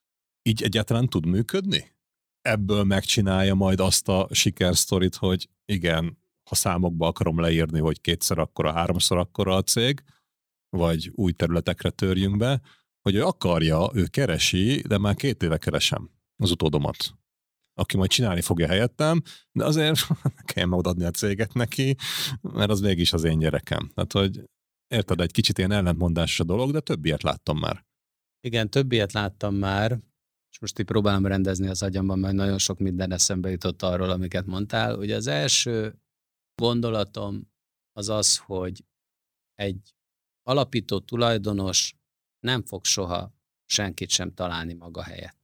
így egyáltalán tud működni? Ebből megcsinálja majd azt a sikersztorit, hogy igen, ha számokba akarom leírni, hogy 2-szer akkora, 3-szor akkora a cég, vagy új területekre törjünk be, hogy ő akarja, ő keresi, de már 2 éve keresem az utódomat, aki majd csinálni fogja helyettem, de azért kelljen odaadni a céget neki, mert az mégis az én gyerekem. Tehát, hogy érted, egy kicsit ilyen ellentmondásos a dolog, de több ilyet láttam már. Igen, több ilyet láttam már, és most így próbálom rendezni az agyamban, mert nagyon sok minden eszembe jutott arról, amiket mondtál. Ugye az első gondolatom az az, hogy egy alapító tulajdonos nem fog soha senkit sem találni maga helyett.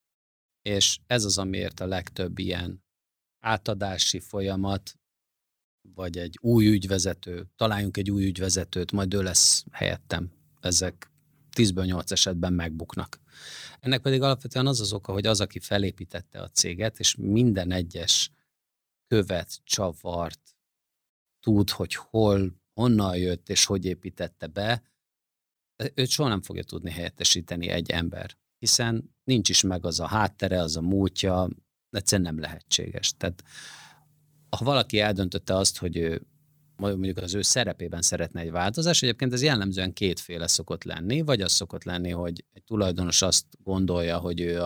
És ez az, amiért a legtöbb ilyen átadási folyamat, vagy egy új ügyvezető, találjunk egy új ügyvezetőt, majd ő lesz helyettem. Ezek 10-ből 8 esetben megbuknak. Ennek pedig alapvetően az az oka, hogy az, aki felépítette a céget, és minden egyes követ, csavart tud, hogy honnan jött, és hogy építette be, őt soha nem fogja tudni helyettesíteni egy ember, hiszen nincs is meg az a háttere, az a múltja, egyszerűen nem lehetséges. Tehát ha valaki eldöntötte azt, hogy ő mondjuk az ő szerepében szeretne egy változás, egyébként ez jellemzően 2 szokott lenni, vagy az szokott lenni, hogy egy tulajdonos azt gondolja, hogy ő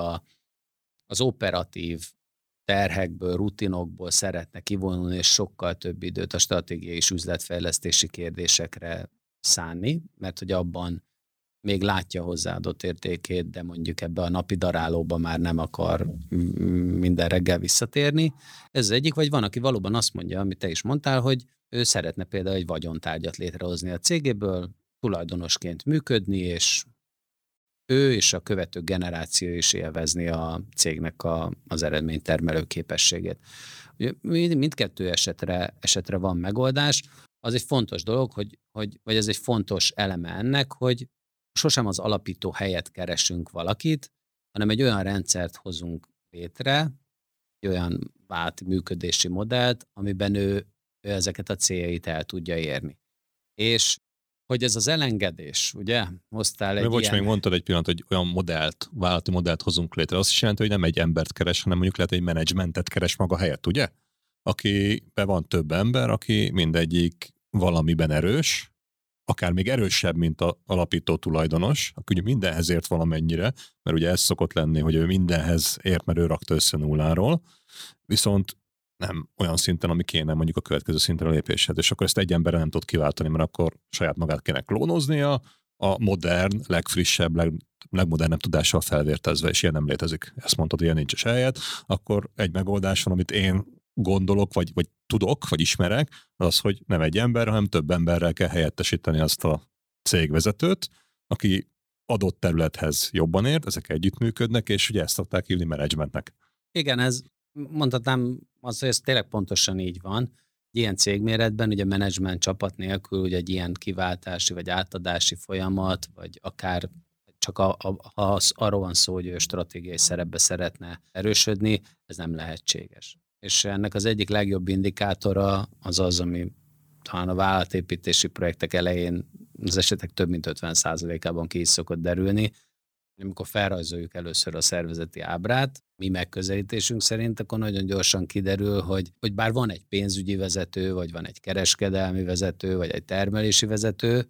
az operatív terhekből, rutinokból szeretne kivonulni, és sokkal több időt a stratégiai és üzletfejlesztési kérdésekre szánni, mert hogy abban még látja hozzáadott értékét, de mondjuk ebbe a napi darálóba már nem akar minden reggel visszatérni. Ez az egyik, vagy van, aki valóban azt mondja, amit te is mondtál, hogy ő szeretne például egy vagyontárgyat létrehozni a cégéből, tulajdonosként működni, és ő és a követő generáció is élvezni a cégnek az eredménytermelő képességét. Ugye mindkettő esetre van megoldás. Az egy fontos dolog, vagy ez egy fontos eleme ennek, hogy sosem az alapító helyett keresünk valakit, hanem egy olyan rendszert hozunk létre, egy olyan válti működési modellt, amiben ő ezeket a céljait el tudja érni. És hogy ez az elengedés, ugye? Hoztál egy még mondtad egy pillanat, hogy olyan modellt, vállalati modellt hozunk létre. Azt is jelenti, hogy nem egy embert keres, hanem mondjuk lehet egy menedzsmentet keres maga helyett, ugye? Akiben van több ember, aki mindegyik valamiben erős, akár még erősebb, mint az alapító tulajdonos, aki ugye mindenhez ért valamennyire, mert ugye ez szokott lenni, hogy ő mindenhez ért, mert ő rakta össze nulláról, viszont nem olyan szinten, ami kéne mondjuk a következő szintre lépéshez. És akkor ezt egy emberre nem tud kiváltani, mert akkor saját magát kéne klónoznia, a modern, legfrissebb, legmodernebb tudással felvértezve, és ilyen nem létezik. Ezt mondtad, hogy ilyen nincs is helyet, akkor egy megoldás van, amit én gondolok, vagy tudok, vagy ismerek, az, hogy nem egy ember, hanem több emberrel kell helyettesíteni azt a cégvezetőt, aki adott területhez jobban ért, ezek együttműködnek, és ugye ezt szokták hívni menedzsmentnek. Igen, ez mondhatnám azt, hogy ez tényleg pontosan így van. Egy ilyen cégméretben, ugye menedzsment csapat nélkül, ugye egy ilyen kiváltási vagy átadási folyamat, vagy akár csak ha arról van szó, hogy ő stratégiai szerepbe szeretne erősödni, ez nem lehetséges. És ennek az egyik legjobb indikátora az, ami talán a vállalatépítési projektek elején az esetek több mint 50%-ában ki is szokott derülni. Amikor felrajzoljuk először a szervezeti ábrát, mi megközelítésünk szerint, akkor nagyon gyorsan kiderül, hogy bár van egy pénzügyi vezető, vagy van egy kereskedelmi vezető, vagy egy termelési vezető,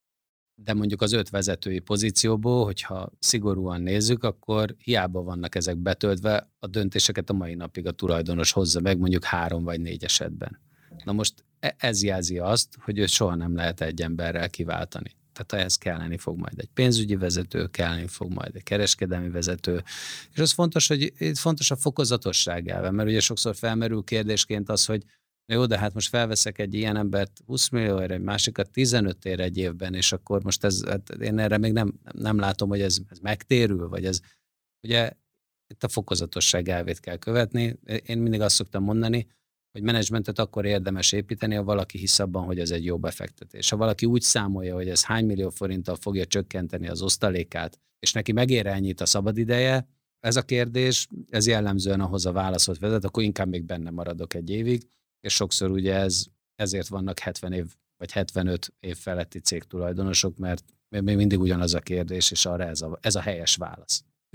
de mondjuk az 5 vezetői pozícióból, hogyha szigorúan nézzük, akkor hiába vannak ezek betöltve, a döntéseket a mai napig a tulajdonos hozza meg, mondjuk 3 vagy 4 esetben. Na most ez jelzi azt, hogy őt soha nem lehet egy emberrel kiváltani. Tehát ehhez kelleni fog majd egy pénzügyi vezető, kelleni fog majd egy kereskedelmi vezető, és az fontos, hogy itt fontos a fokozatosság elve, mert ugye sokszor felmerül kérdésként az, hogy jó, de hát most felveszek egy ilyen embert 20 millióért, egy másikat 15 ér egy évben, és akkor most hát én erre még nem látom, hogy ez megtérül, vagy ez, ugye itt a fokozatosság elvét kell követni. Én mindig azt szoktam mondani, hogy menedzsmentet akkor érdemes építeni, ha valaki hisz abban, hogy ez egy jó befektetés. Ha valaki úgy számolja, hogy ez hány millió forinttal fogja csökkenteni az osztalékát, és neki megér ennyit a szabadideje, ez a kérdés, ez jellemzően ahhoz a válaszot vezet, akkor inkább még benne maradok egy évig, és sokszor ugye ezért vannak 70 év vagy 75 év feletti cégtulajdonosok, mert még mindig ugyanaz a kérdés, és arra ez a helyes válasz.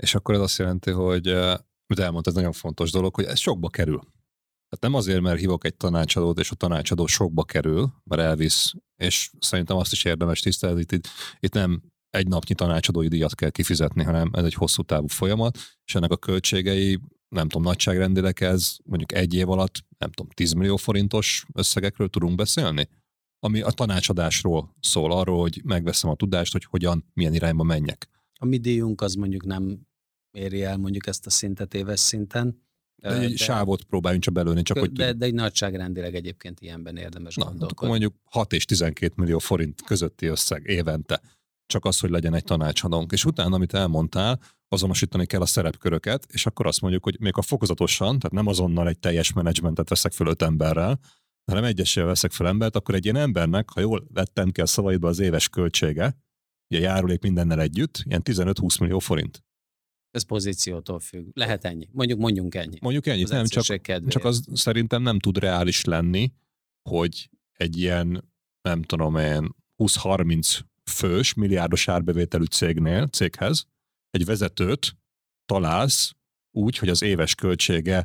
És akkor ez azt jelenti, hogy, mit elmondta, ez nagyon fontos dolog, hogy ez sokba kerül. Tehát nem azért, mert hívok egy tanácsadót, és a tanácsadó sokba kerül, mert elvisz, és szerintem azt is érdemes tisztelni, itt nem egy napnyi tanácsadói díjat kell kifizetni, hanem ez egy hosszú távú folyamat, és ennek a költségei, nem tudom, nagyságrendileg ez mondjuk egy év alatt, nem tudom, 10 millió forintos összegekről tudunk beszélni? Ami a tanácsadásról szól, arról, hogy megveszem a tudást, hogy hogyan, milyen irányba menjek. A mi díjunk az mondjuk nem éri el mondjuk ezt a szintet éves szinten. De egy sávot próbáljunk csak belőni, csak hogy... De egy nagyságrendileg egyébként ilyenben érdemes gondolkodni. Akkor mondjuk 6 és 12 millió forint közötti összeg évente. Csak az, hogy legyen egy tanácsadónk. És utána, amit elmondtál, azonosítani kell a szerepköröket, és akkor azt mondjuk, hogy még a fokozatosan, tehát nem azonnal egy teljes menedzsmentet veszek föl 5 emberrel, hanem egyesével veszek fel embert, akkor egy ilyen embernek, ha jól vettem ki a szavaidba az éves költsége, ugye járulék mindennel együtt, ilyen 15-20 millió forint. Ez pozíciótól függ. Lehet ennyi. Mondjunk ennyi. Mondjuk ennyit, nem csak az szerintem nem tud reális lenni, hogy egy ilyen, nem tudom én, 20-30 fős, milliárdos árbevételű céghez egy vezetőt találsz úgy, hogy az éves költsége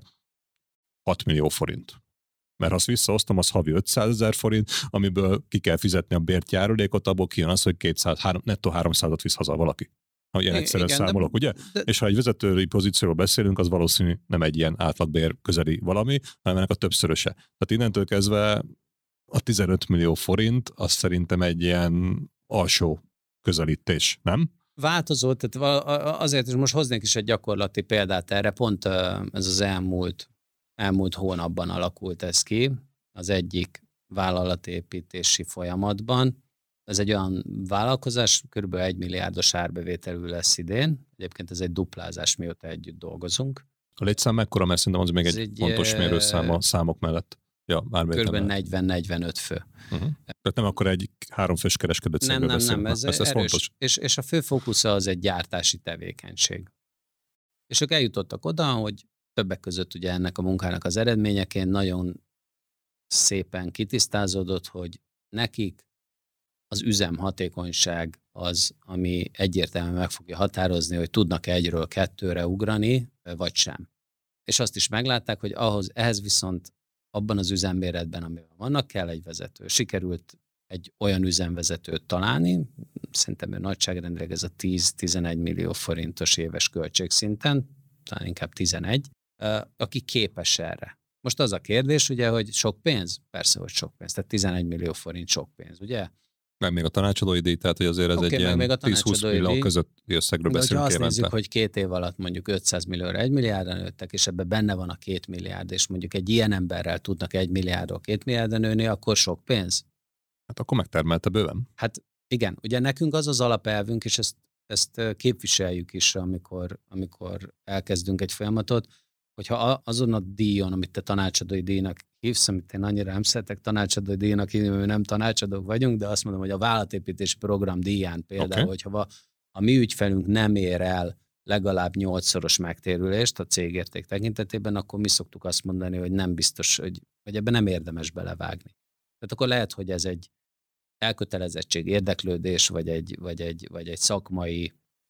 6 millió forint. Mert ha azt visszaosztom, az havi 500 000 forint, amiből ki kell fizetni a bért járulékot, abból kijön az, hogy 200, nettó 300-at visz haza valaki. Ha ilyen egyszerűen számolok, ugye? És ha egy vezetői pozícióról beszélünk, az valószínű nem egy ilyen átlagbér közeli valami, hanem ennek a többszöröse. Tehát innentől kezdve a 15 millió forint, az szerintem egy ilyen alsó közelítés, nem? Változó, tehát azért is most hoznék is egy gyakorlati példát erre, pont ez az elmúlt hónapban alakult ez ki, az egyik vállalatépítési folyamatban. Ez egy olyan vállalkozás, kb. 1 milliárdos árbevételű lesz idén. Egyébként ez egy duplázás, mióta együtt dolgozunk. A létszám mekkora, mert szerintem az még egy fontos mérőszám a számok mellett. Ja, kb. 40-45 fő. Tehát nem akkor egy 3 fős kereskedő cégről beszélünk. Nem, ez fontos. És a fő fókusza az egy gyártási tevékenység. És ők eljutottak oda, hogy többek között ugye ennek a munkának az eredményeként nagyon szépen kitisztázódott, hogy nekik az üzemhatékonyság az, ami egyértelműen meg fogja határozni, hogy tudnak-e 1-ről 2-re ugrani, vagy sem. És azt is meglátták, hogy ehhez viszont abban az üzemméretben, amiben vannak, kell egy vezető. Sikerült egy olyan üzemvezetőt találni, szerintem nagyságrendileg ez a 10-11 millió forintos éves költségszinten, talán inkább 11, aki képes erre. Most az a kérdés, ugye, hogy sok pénz? Persze, hogy sok pénz. Tehát 11 millió forint sok pénz, ugye? Meg még a tanácsadói díj, tehát hogy azért ez egy ilyen 10-20 millió közötti összegről beszélünk évente. Ha azt nézzük, hogy 2 év alatt mondjuk 500 millióra 1 milliárdra nőttek, és ebben benne van a 2 milliárd, és mondjuk egy ilyen emberrel tudnak 1 milliárdról 2 milliárdra nőni, akkor sok pénz? Hát akkor megtermelte bőven. Hát igen, ugye nekünk az az alapelvünk, és ezt képviseljük is, amikor elkezdünk egy folyamatot, hogyha azon a díjon, amit te tanácsadói díjnak hívsz, amit én annyira nem szeretek tanácsadói díjnak hívni, mert nem tanácsadók vagyunk, de azt mondom, hogy a vállalatépítési program díján például, hogyha a mi ügyfelünk nem ér el legalább 8-szoros megtérülést a cégérték tekintetében, akkor mi szoktuk azt mondani, hogy nem biztos, hogy ebben nem érdemes belevágni. Tehát akkor lehet, hogy ez egy elkötelezettség, érdeklődés, vagy egy szakmai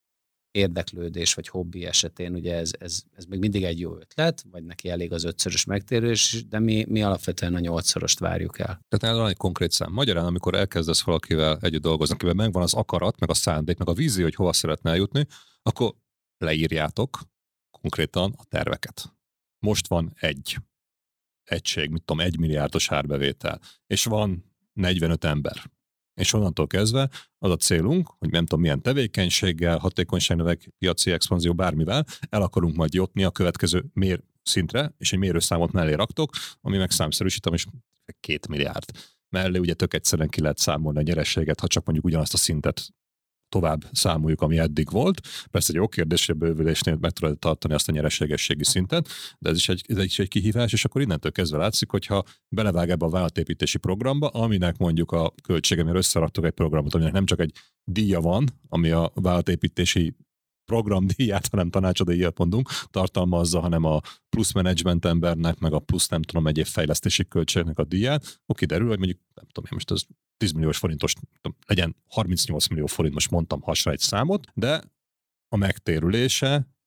érdeklődés, vagy hobbi esetén, ugye ez még mindig egy jó ötlet, vagy neki elég az 5-szörös megtérülés, de mi alapvetően a 8-szorost várjuk el. Tehát van egy konkrét szám. Magyarán, amikor elkezdesz valakivel együtt dolgozni, akivel megvan az akarat, meg a szándék, meg a vízió, hogy hova szeretne eljutni, akkor leírjátok konkrétan a terveket. Most van egy egység, 1 milliárdos árbevétel, és van 45 ember. És onnantól kezdve az a célunk, hogy nem tudom milyen tevékenységgel, hatékonyságnövek, piaci expanzió, bármivel el akarunk majd jutni a következő szintre, és egy mérőszámot mellé raktok, ami meg számszerűsítem, és 2 milliárd. Mellé ugye tök egyszerűen ki lehet számolni a nyerességet, ha csak mondjuk ugyanazt a szintet tovább számoljuk, ami eddig volt. Persze egy jó kérdés, hogy a bővülésnél meg tudod tartani azt a nyereségességi szintet, de ez is egy kihívás, és akkor innentől kezdve látszik, hogyha belevág ebbe a vállalatépítési programba, aminek mondjuk a költsége, mert összeraktok egy programot, aminek nem csak egy díja van, ami a vállalatépítési programdíját, hanem tanácsadódíjat mondunk, tartalmazza, hanem a plusz menedzsment embernek, meg a plusz nem tudom egyéb fejlesztési költségnek a díját, akkor kiderül, hogy mondjuk nem tudom, most az 10 milliós forintos, legyen 38 millió forint, most mondtam hasra egy számot, de a megtérülése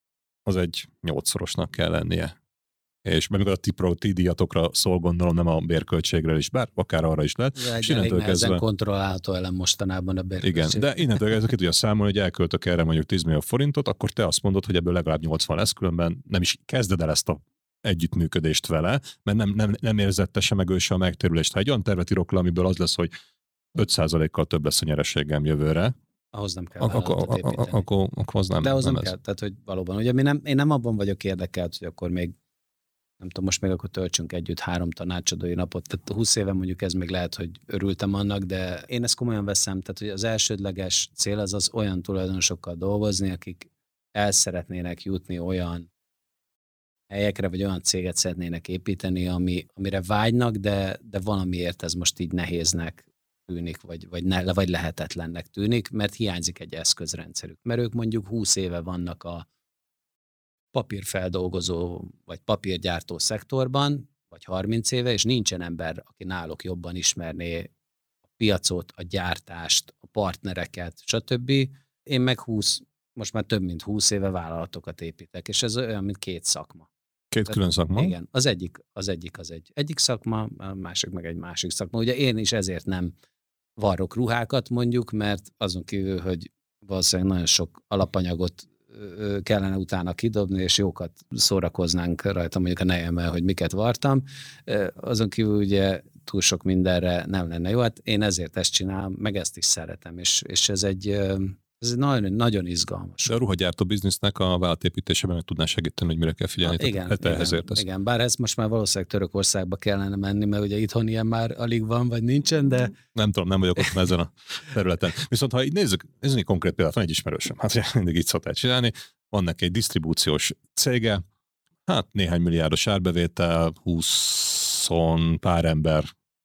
az egy 8-szorosnak kell lennie. És amikor a ti díjatokra szól, gondolom, nem a bérköltségre is, bár akár arra is lehet. És elég nehezen kontrollálható elem mostanában a bérköltség. Igen, de innentől kezdve ki tudja számolni, hogy elköltök erre mondjuk 10 millió forintot, akkor te azt mondod, hogy ebből legalább 80 lesz, különben nem is kezded el ezt a együttműködést vele, mert nem érzette se meg ő se a megtérülést. Ha egy olyan tervet írok le, amiből az lesz, hogy 5%-kal több lesz a nyereségem jövőre, ahhoz nem kell vállalatot építeni. Akkor az nem. De ahhoz nem kell. Tehát, hogy valóban. Ugye én nem abban vagyok érdekelt, hogy akkor még nem tudom, most még akkor töltsünk együtt 3 tanácsadói napot. Tehát 20 éve mondjuk ez még lehet, hogy örültem annak, de én ezt komolyan veszem. Tehát, hogy az elsődleges cél az olyan tulajdonosokkal dolgozni, akik el szeretnének jutni olyan helyekre, vagy olyan céget szeretnének építeni, amire vágynak, de valamiért ez most így nehéznek tűnik, vagy lehetetlennek tűnik, mert hiányzik egy eszközrendszerük. Mert ők mondjuk 20 éve vannak a papírfeldolgozó, vagy papírgyártó szektorban, vagy 30 éve, és nincsen ember, aki náluk jobban ismerné a piacot, a gyártást, a partnereket, stb. Én meg most már több mint 20 éve vállalatokat építek, és ez olyan, mint 2 szakma. Külön szakma? Igen, az egyik szakma, a másik meg egy másik szakma. Ugye én is ezért nem varrok ruhákat mondjuk, mert azon kívül, hogy valószínűleg nagyon sok alapanyagot kellene utána kidobni, és jókat szórakoznánk rajta mondjuk a nejemmel, hogy miket vartam. Azon kívül ugye túl sok mindenre nem lenne jó. Hát én ezért ezt csinálom, meg ezt is szeretem, és ez egy nagyon, nagyon izgalmas. De a ruhagyártó biznisznek a vállalatépítésében meg tudná segíteni, hogy mire kell figyelni. Igen, bár ez most már valószínűleg Törökországba kellene menni, mert ugye itthon ilyen már alig van, vagy nincsen, de... Nem tudom, nem vagyok ott ezen a területen. Viszont ha így nézzük konkrét példát, van egy ismerősöm, hát mindig így szokták csinálni, van neki egy disztribúciós cége, hát néhány milliárdos árbevétel, 20 pár ember,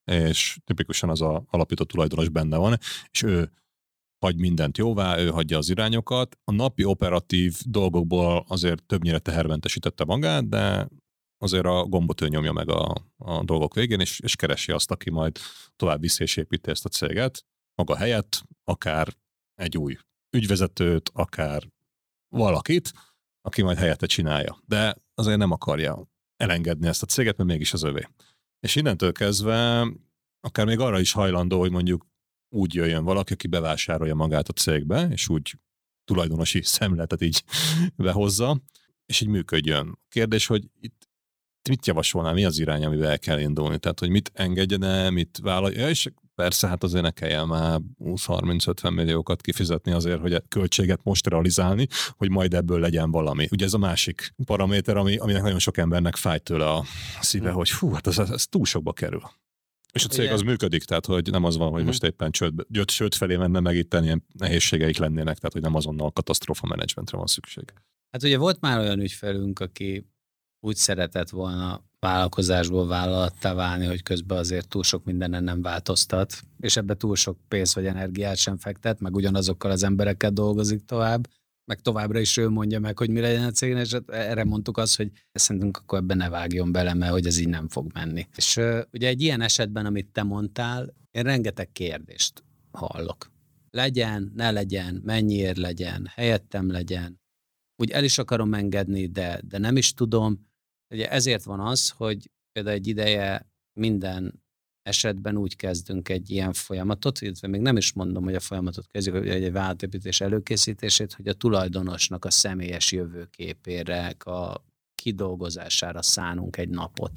és tipikusan az a alapító tulajdonos benne van, és ő hagy mindent jóvá, ő hagyja az irányokat. A napi operatív dolgokból azért többnyire tehermentesítette magát, de azért a gombot ő nyomja meg a dolgok végén, és keresi azt, aki majd tovább viszi és építi ezt a céget. Maga helyett, akár egy új ügyvezetőt, akár valakit, aki majd helyette csinálja. De azért nem akarja elengedni ezt a céget, mert mégis az övé. És innentől kezdve akár még arra is hajlandó, hogy mondjuk úgy jöjjön valaki, aki bevásárolja magát a cégbe, és úgy tulajdonosi szemléletet így behozza, és így működjön. Kérdés, hogy itt mit javasolnál, mi az irány, amivel el kell indulni? Tehát, hogy mit engedjen, mit vállalja, és persze, hát azért ne kelljen már 20-30-50 milliókat kifizetni azért, hogy a költséget most realizálni, hogy majd ebből legyen valami. Ugye ez a másik paraméter, aminek nagyon sok embernek fáj tőle a szíve, hogy hát ez túl sokba kerül. És a cég az működik, tehát hogy nem az van, hogy most éppen csőd felé menne, meg itt ilyen nehézségeik lennének, tehát hogy nem azonnal katasztrófa menedzsmentre van szükség. Hát ugye volt már olyan ügyfelünk, aki úgy szeretett volna vállalkozásból vállalattá válni, hogy közben azért túl sok mindenen nem változtat, és ebbe túl sok pénz vagy energiát sem fektet, meg ugyanazokkal az emberekkel dolgozik tovább, meg továbbra is ő mondja meg, hogy mi legyen a cégnél, és erre mondtuk azt, hogy szerintünk akkor ebben ne vágjon bele, mert hogy ez így nem fog menni. És ugye egy ilyen esetben, amit te mondtál, én rengeteg kérdést hallok. Legyen, ne legyen, mennyiért legyen, helyettem legyen. Úgy el is akarom engedni, de nem is tudom. Ugye ezért van az, hogy például egy ideje minden esetben úgy kezdünk egy ilyen folyamatot, illetve még nem is mondom, hogy a folyamatot kezdjük, hogy egy vállalatépítés előkészítését, hogy a tulajdonosnak a személyes jövőképére, a kidolgozására szánunk egy napot.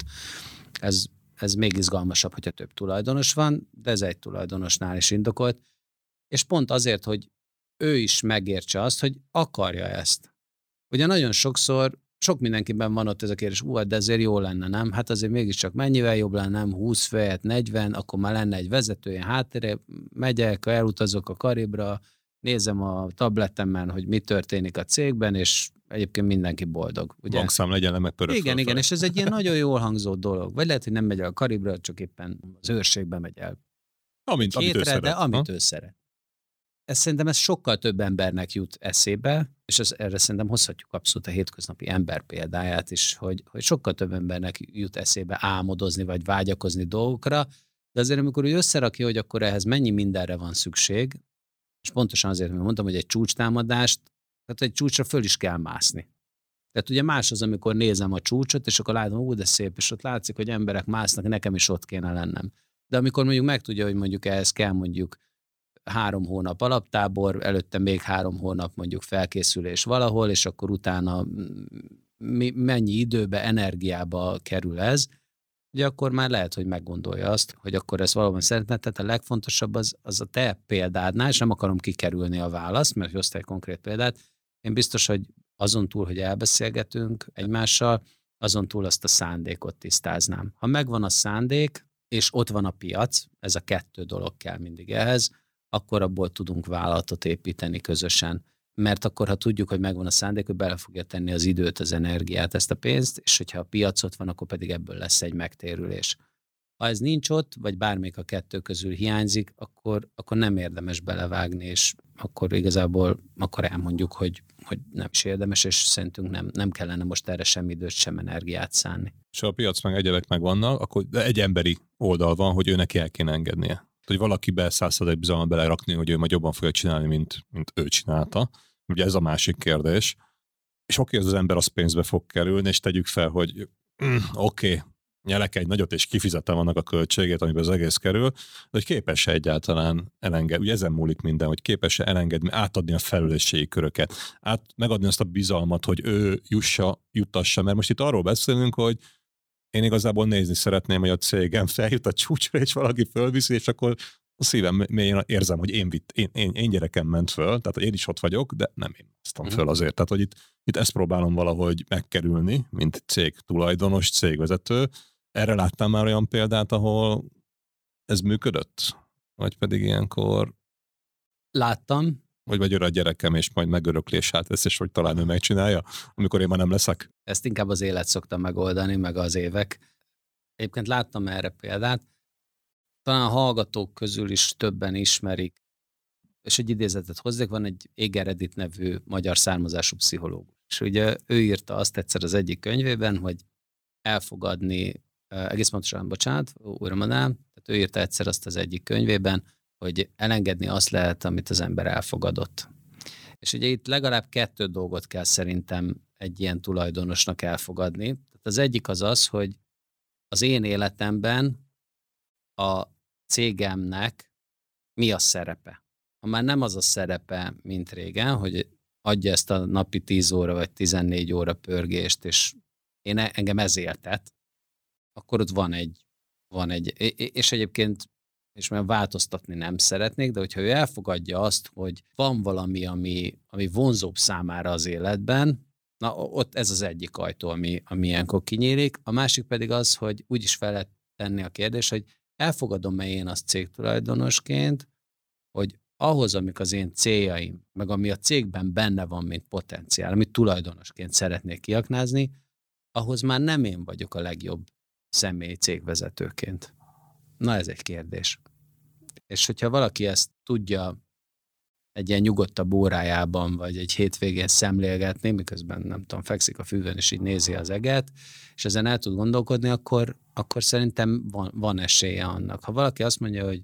Ez még izgalmasabb, hogyha több tulajdonos van, de ez egy tulajdonosnál is indokolt, és pont azért, hogy ő is megértse azt, hogy akarja ezt. Ugye nagyon sokszor sok mindenkiben van ott ez a kérdés, de ezért jó lenne, nem? Hát azért mégiscsak mennyivel jobb lenne, nem? 20 fejet, 40, akkor már lenne egy vezető, én háttérre megyek, elutazok a Karibra, nézem a tabletemben, hogy mi történik a cégben, és egyébként mindenki boldog. Ugye? Bankszám legyen le, meg pörög. Igen, és ez egy ilyen nagyon jól hangzó dolog. Vagy lehet, hogy nem megy el a Karibra, csak éppen az őrségbe megy el. Amit ő szeret. De amit ő szeret. Szerintem ez sokkal több embernek jut eszébe, és erre szerintem hozhatjuk abszolút a hétköznapi ember példáját is, hogy sokkal több embernek jut eszébe álmodozni, vagy vágyakozni dolgokra, de azért amikor úgy összerakja, hogy akkor ehhez mennyi mindenre van szükség, és pontosan azért, mert mondtam, hogy egy csúcstámadást, tehát egy csúcsra föl is kell mászni. Tehát ugye más az, amikor nézem a csúcsot, és akkor látom, de szép, és ott látszik, hogy emberek másznak, nekem is ott kéne lennem. De amikor mondjuk megtudja, hogy mondjuk ehhez kell mondjuk 3 hónap alaptábor, előtte még 3 hónap mondjuk felkészülés valahol, és akkor utána mennyi időbe, energiába kerül ez, ugye akkor már lehet, hogy meggondolja azt, hogy akkor ezt valóban szeretne. Tehát a legfontosabb az a te példádnál, és nem akarom kikerülni a választ, mert hoztál egy konkrét példát. Én biztos, hogy azon túl, hogy elbeszélgetünk egymással, azon túl azt a szándékot tisztáznám. Ha megvan a szándék, és ott van a piac, ez a 2 dolog kell mindig ehhez, akkor abból tudunk vállalatot építeni közösen. Mert akkor, ha tudjuk, hogy megvan a szándék, hogy bele fogja tenni az időt, az energiát, ezt a pénzt, és hogyha a piac ott van, akkor pedig ebből lesz egy megtérülés. Ha ez nincs ott, vagy bármelyik a 2 közül hiányzik, akkor nem érdemes belevágni, és akkor igazából akkor elmondjuk, hogy nem is érdemes, és szerintünk nem kellene most erre sem időt, sem energiát szánni. És ha a piac meg egyebek meg vannak, akkor egy emberi oldal van, hogy őnek el kéne engednie. Hogy valaki be 100% bizalmat belerakni, hogy ő majd jobban fogja csinálni, mint ő csinálta. Ugye ez a másik kérdés. És oké, az ember az pénzbe fog kerülni, és tegyük fel, hogy oké, nyelek egy nagyot, és kifizetem annak a költségét, amiben az egész kerül, de hogy képes-e egyáltalán elengedni, ugye ezen múlik minden, hogy képes-e elengedni, átadni a felelősségi köröket, megadni azt a bizalmat, hogy ő juttassa, mert most itt arról beszélünk, hogy én igazából nézni szeretném, hogy a cégem feljut a csúcsra, és valaki fölviszi, és akkor a szívem mélyén érzem, hogy én gyerekem ment föl, tehát hogy én is ott vagyok, de nem én hoztam föl azért. Tehát, hogy itt ezt próbálom valahogy megkerülni, mint cég tulajdonos, cégvezető. Erre láttam már olyan példát, ahol ez működött? Vagy pedig ilyenkor... Láttam. Vagy jön a gyerekem, és majd megöröklés átvesz, és hogy talán ő megcsinálja, amikor én már nem leszek? Ezt inkább az élet szokta megoldani, meg az évek. Egyébként láttam erre példát. Talán a hallgatók közül is többen ismerik, és egy idézetet hozzék, van egy Eger Edith nevű magyar származású pszichológus. És ugye ő írta azt egyszer az egyik könyvében, hogy elfogadni, egész pontosan, bocsánat, újra mondanám, tehát ő írta egyszer azt az egyik könyvében, hogy elengedni azt lehet, amit az ember elfogadott. És ugye itt legalább 2 dolgot kell szerintem egy ilyen tulajdonosnak elfogadni. Tehát az egyik az, hogy az én életemben a cégemnek mi a szerepe. Ha már nem az a szerepe, mint régen, hogy adja ezt a napi 10 óra vagy 14 óra pörgést, és engem ez éltet, akkor ott van egy, és egyébként, és már változtatni nem szeretnék, de hogyha ő elfogadja azt, hogy van valami, ami vonzóbb számára az életben, na ott ez az egyik ajtó, ami ilyenkor kinyílik. A másik pedig az, hogy úgy is fel lehet tenni a kérdés, hogy elfogadom-e én azt cégtulajdonosként, hogy ahhoz, amik az én céljaim, meg ami a cégben benne van, mint potenciál, amit tulajdonosként szeretnék kiaknázni, ahhoz már nem én vagyok a legjobb személy cégvezetőként. Na ez egy kérdés. És hogyha valaki ezt tudja egy ilyen nyugodtabb órájában, vagy egy hétvégén szemlélgetni, miközben nem tudom, fekszik a füvön, és így nézi az eget, és ezen el tud gondolkodni, akkor szerintem van esélye annak. Ha valaki azt mondja, hogy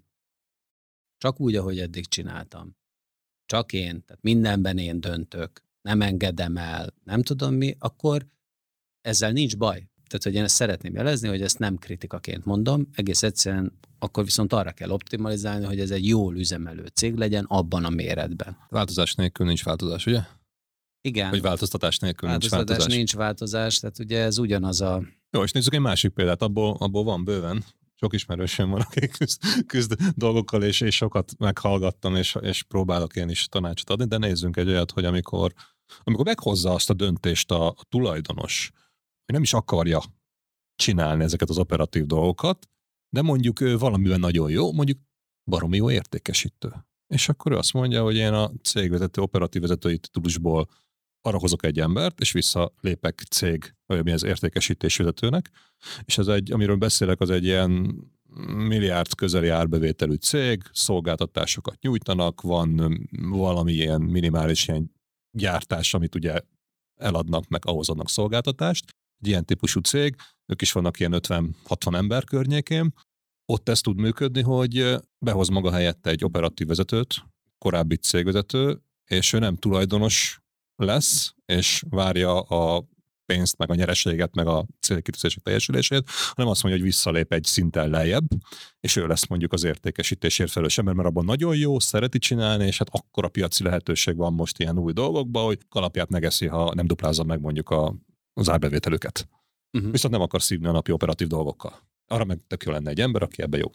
csak úgy, ahogy eddig csináltam, csak én, tehát mindenben én döntök, nem engedem el, nem tudom mi, akkor ezzel nincs baj. Tehát, hogy én ezt szeretném jelezni, hogy ezt nem kritikaként mondom, egész egyszerűen akkor viszont arra kell optimalizálni, hogy ez egy jól üzemelő cég legyen abban a méretben. Változás nélkül nincs változás, ugye? Igen. Vagy változtatás nélkül nincs változás. Nincs változás, tehát ugye ez ugyanaz a... Jó, és nézzük egy másik példát, abból van bőven. Sok ismerősöm van, aki küzd dolgokkal, és sokat meghallgattam, és próbálok én is tanácsot adni, de nézzünk egy olyat, hogy amikor meghozza azt a döntést a tulajdonos, hogy nem is akarja csinálni ezeket az operatív dolgokat, de mondjuk ő valamiben nagyon jó, mondjuk baromi jó értékesítő. És akkor ő azt mondja, hogy én a cégvezető, operatív vezetői titulusból arra hozok egy embert, és visszalépek cég, vagy mi az értékesítés vezetőnek, és ez amiről beszélek, az egy ilyen milliárd közeli árbevételű cég, szolgáltatásokat nyújtanak, van valami ilyen minimális ilyen gyártás, amit ugye eladnak, meg ahhoz adnak szolgáltatást. Egy ilyen típusú cég, ők is vannak ilyen 50-60 ember környékén. Ott ez tud működni, hogy behoz maga helyette egy operatív vezetőt, korábbi cégvezető, és ő nem tulajdonos lesz, és várja a pénzt, meg a nyereséget, meg a célkitűzések teljesülését, hanem azt mondja, hogy visszalép egy szinten lejjebb, és ő lesz mondjuk az értékesítésért felelős ember, mert abban nagyon jó, szereti csinálni, és hát akkora piaci lehetőség van most ilyen új dolgokban, hogy kalapját megeszi, ha nem duplázza meg mondjuk az árbevételüket. Viszont nem akar szívni a napi operatív dolgokkal. Arra meg tök jó lenne egy ember, aki ebbe jó.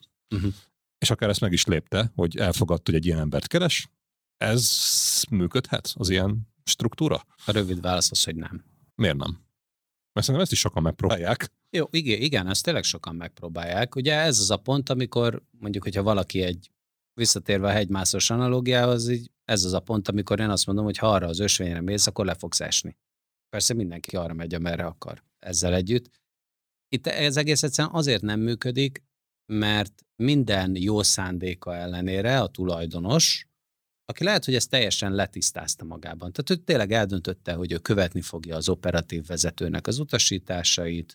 És akár ezt meg is lépte, hogy elfogadta, hogy egy ilyen embert keres, ez működhet, az ilyen struktúra? A rövid válasz az, hogy nem. Miért nem? Mert szerintem ezt is sokan megpróbálják. Jó, igen, ezt tényleg sokan megpróbálják. Ugye ez az a pont, amikor mondjuk, hogyha valaki visszatérve a hegymászós analógiához, így ez az a pont, amikor én azt mondom, hogy ha arra az ösvényre mész, akkor le fogsz esni. Persze mindenki arra megy, amerre akar ezzel együtt. Itt ez egész egyszerűen azért nem működik, mert minden jó szándéka ellenére a tulajdonos, aki lehet, hogy ezt teljesen letisztázta magában. Tehát ő tényleg eldöntötte, hogy ő követni fogja az operatív vezetőnek az utasításait,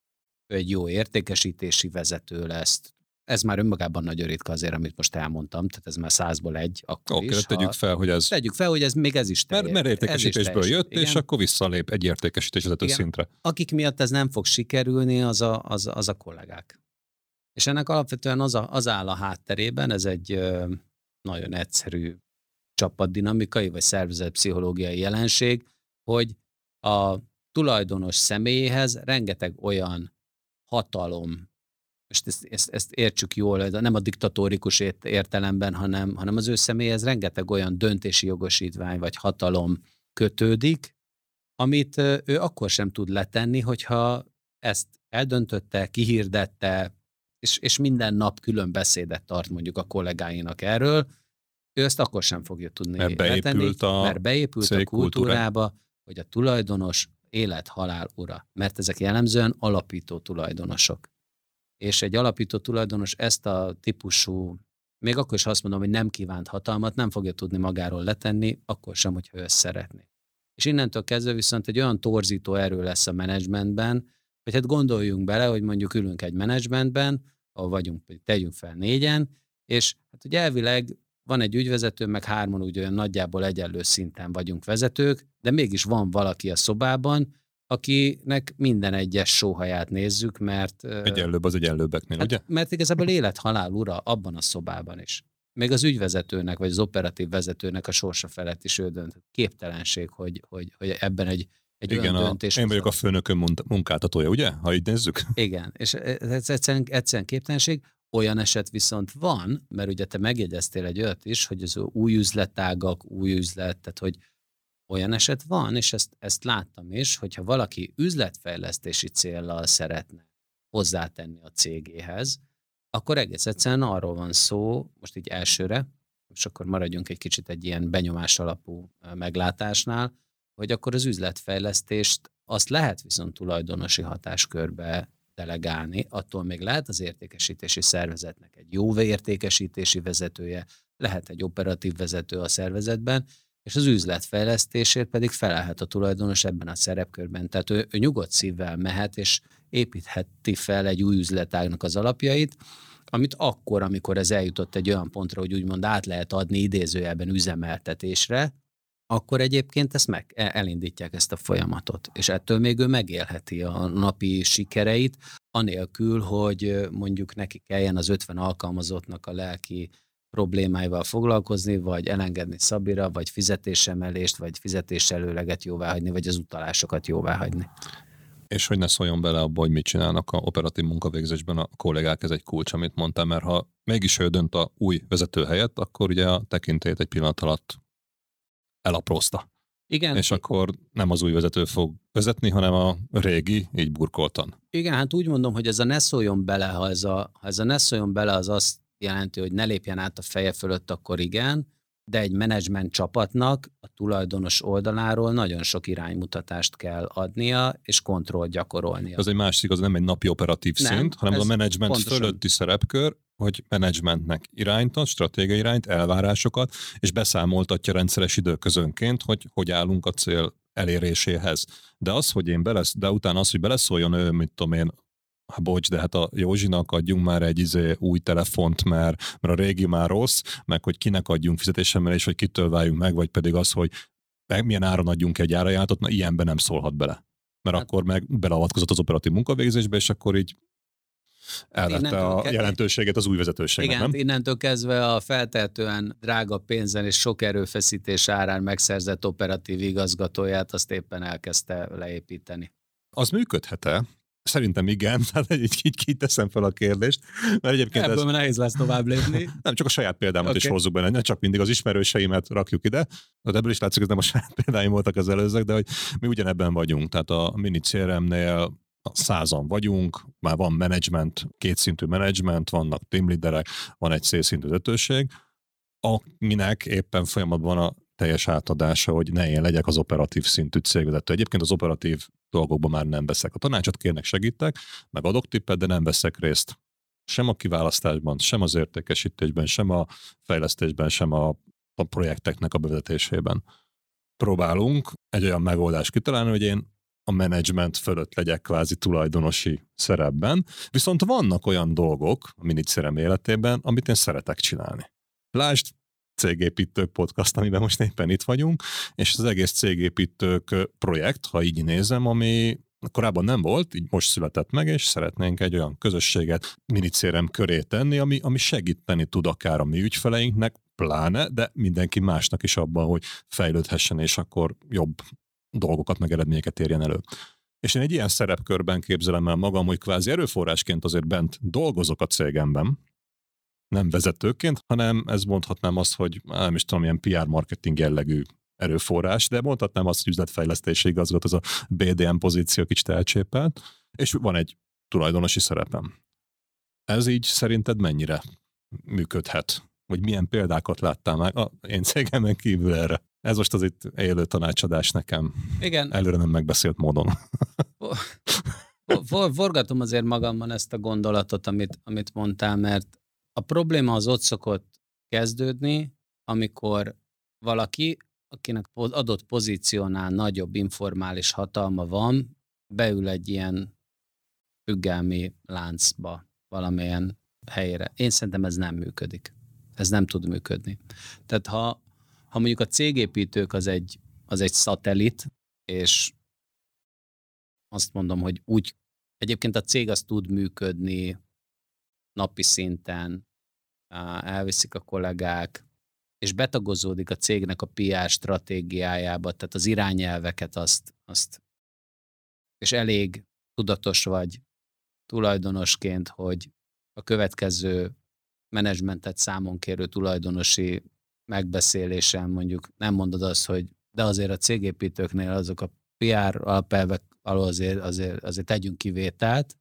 ő egy jó értékesítési vezető lesz. Ez már önmagában nagyon ritka azért, amit most elmondtam, tehát ez már 100-ból 1 akkor is. Tegyük fel, hogy ez még ez is teljes. Mert értékesítésből jött, igen. És akkor visszalép egy értékesítés vezető szintre. Akik miatt ez nem fog sikerülni, az a kollégák. És ennek alapvetően az áll a hátterében, ez egy nagyon egyszerű csapatdinamikai vagy szervezetpszichológiai jelenség, hogy a tulajdonos személyéhez rengeteg olyan hatalom, most ezt értsük jól, nem a diktatórikus értelemben, hanem az ő személyéhez rengeteg olyan döntési jogosítvány vagy hatalom kötődik, amit ő akkor sem tud letenni, hogyha ezt eldöntötte, kihirdette, és minden nap külön beszédet tart mondjuk a kollégáinak erről, ő ezt akkor sem fogja tudni letenni, mert beépült a kultúrába, hogy a tulajdonos élet-halál ura. Mert ezek jellemzően alapító tulajdonosok. És egy alapító tulajdonos ezt a típusú, még akkor is, ha azt mondom, hogy nem kívánt hatalmat, nem fogja tudni magáról letenni, akkor sem, hogyha ő ezt szeretné. És innentől kezdve viszont egy olyan torzító erő lesz a menedzsmentben, hogy hát gondoljunk bele, hogy mondjuk ülünk egy menedzsmentben, ahol vagyunk, tegyünk fel 4-en, és hát ugye elvileg van egy ügyvezető, meg 3-an úgy olyan nagyjából egyenlő szinten vagyunk vezetők, de mégis van valaki a szobában, akinek minden egyes sóhaját nézzük, mert... Egyenlőbb az egyenlőbbeknél, ugye? Mert igazából élet-halál ura abban a szobában is. Még az ügyvezetőnek, vagy az operatív vezetőnek a sorsa felett is ő dönt. Képtelenség, hogy ebben egy igen, olyan döntés... Én vagyok a főnököm munkáltatója, ugye? Ha így nézzük. Igen, és ez egyszerűen képtelenség. Olyan eset viszont van, mert ugye te megjegyeztél egy olyat is, hogy az új üzletágak, új üzlet, tehát hogy olyan eset van, és ezt láttam is, hogyha valaki üzletfejlesztési céllal szeretne hozzátenni a cégéhez, akkor egész egyszerűen arról van szó, most így elsőre, és akkor maradjunk egy kicsit egy ilyen benyomás alapú meglátásnál, hogy akkor az üzletfejlesztést azt lehet viszont tulajdonosi hatáskörbe delegálni, attól még lehet az értékesítési szervezetnek egy jó értékesítési vezetője, lehet egy operatív vezető a szervezetben, és az üzletfejlesztésért pedig felelhet a tulajdonos ebben a szerepkörben. Tehát ő nyugodt szívvel mehet, és építheti fel egy új üzletágnak az alapjait, amit akkor, amikor ez eljutott egy olyan pontra, hogy úgymond át lehet adni idézőjelben üzemeltetésre, akkor egyébként elindítják ezt a folyamatot. És ettől még ő megélheti a napi sikereit, anélkül, hogy mondjuk neki kelljen az 50 alkalmazottnak a lelki problémáival foglalkozni, vagy elengedni Szabira, vagy fizetésemelést, vagy fizetéselőleget jóváhagyni, vagy az utalásokat jóváhagyni. És hogy ne szóljon bele abba, hogy mit csinálnak a operatív munkavégzésben a kollégák, ez egy kulcs, amit mondtam, mert ha mégis ő dönt a új vezető helyett, akkor ugye a tekintélyt egy pillanat alatt elaprózta. Igen. És akkor nem az új vezető fog vezetni, hanem a régi, így burkoltan. Igen, hát úgy mondom, hogy ez a ne szóljon bele, ha ez a ne szóljon bele, az azt jelenti, hogy ne lépjen át a feje fölött, akkor igen, de egy menedzsment csapatnak a tulajdonos oldaláról nagyon sok iránymutatást kell adnia, és kontrollt gyakorolnia. Ez egy másik, az nem egy napi operatív szint, hanem az a menedzsment fölötti szerepkör, hogy menedzsmentnek irányt ad, stratégiai irányt, elvárásokat, és beszámoltatja rendszeres időközönként, hogy állunk a cél eléréséhez. De az, hogy de utána az, hogy beleszóljon ő, mit tudom én, bocs, de hát a Józsinak adjunk már egy új telefont, mert a régi már rossz, meg hogy kinek adjunk fizetésemelést, vagy kitől váljunk meg, vagy pedig az, hogy milyen áron adjunk egy árajátot, na ilyenben nem szólhat bele. Mert akkor meg beleavatkozott az operatív munkavégzésbe, és akkor így elvette a jelentőséget az új vezetőségnek, igen, nem? Innentől kezdve a feltehetően drága pénzen és sok erőfeszítés árán megszerzett operatív igazgatóját azt éppen elkezdte leépíteni. Az működhet-e? Szerintem igen, tehát így teszem fel a kérdést. Mert egyébként ebből nehéz lesz tovább lépni. Nem, csak a saját példámat is hozzuk benne, ne csak mindig az ismerőseimet rakjuk ide. De ebből is látszik, hogy nem a saját példáim voltak az előzők, de hogy mi ugyanebben vagyunk. Tehát a mini CRM-nél 100-an vagyunk, már van menedzsment, kétszintű menedzsment, vannak teamleaderek, van egy C-szintű vezetőség, aminek éppen folyamatban a teljes átadása, hogy ne én legyek az operatív szintű cégvezető. Egyébként az operatív dolgokban már nem veszek. A tanácsot kérnek, segítek, meg adok tippet, de nem veszek részt. Sem a kiválasztásban, sem az értékesítésben, sem a fejlesztésben, sem a projekteknek a bevezetésében. Próbálunk egy olyan megoldást kitalálni, hogy én a menedzsment fölött legyek kvázi tulajdonosi szerepben, viszont vannak olyan dolgok a minicérem életében, amit én szeretek csinálni. Lásd, Cégépítők podcast, amiben most éppen itt vagyunk, és az egész Cégépítők projekt, ha így nézem, ami korábban nem volt, így most született meg, és szeretnénk egy olyan közösséget minicérem köré tenni, ami segíteni tud akár a mi ügyfeleinknek, pláne, de mindenki másnak is abban, hogy fejlődhessen, és akkor jobb dolgokat, meg eredményeket érjen elő. És én egy ilyen szerepkörben képzelem el magam, hogy kvázi erőforrásként azért bent dolgozok a cégemben, nem vezetőként, hanem ez mondhatnám azt, hogy nem is tudom, ilyen PR marketing jellegű erőforrás, de mondhatnám azt, hogy üzletfejlesztési igazgató, az a BDM pozíció kicsit elcsépelt, és van egy tulajdonosi szerepem. Ez így szerinted mennyire működhet? Vagy milyen példákat láttál meg én cégemen kívül erre? Ez most az itt élő tanácsadás nekem. Igen. Előre nem megbeszélt módon. Forgatom azért magamban ezt a gondolatot, amit mondtál, mert a probléma az ott szokott kezdődni, amikor valaki, akinek adott pozíciónál nagyobb informális hatalma van, beül egy ilyen függelmi láncba valamilyen helyre. Én szerintem ez nem működik. Ez nem tud működni. Tehát ha mondjuk a cégépítők az egy szatellit, és azt mondom, hogy úgy, egyébként a cég az tud működni napi szinten, elviszik a kollégák, és betagozódik a cégnek a PR stratégiájába, tehát az irányelveket azt és elég tudatos vagy tulajdonosként, hogy a következő menedzsmentet számon kérő tulajdonosi megbeszélésen mondjuk nem mondod azt, hogy de azért a cégépítőknél azok a PR alapelvek alól azért tegyünk kivételt,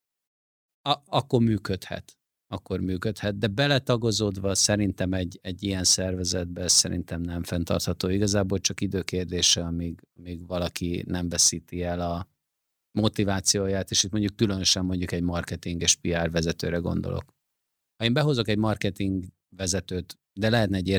akkor működhet, de beletagozódva szerintem egy ilyen szervezetbe szerintem nem fenntartható. Igazából csak időkérdése, amíg valaki nem veszíti el a motivációját, és itt mondjuk különösen egy marketing és PR vezetőre gondolok. Ha én behozok egy marketing vezetőt, de lehetne egy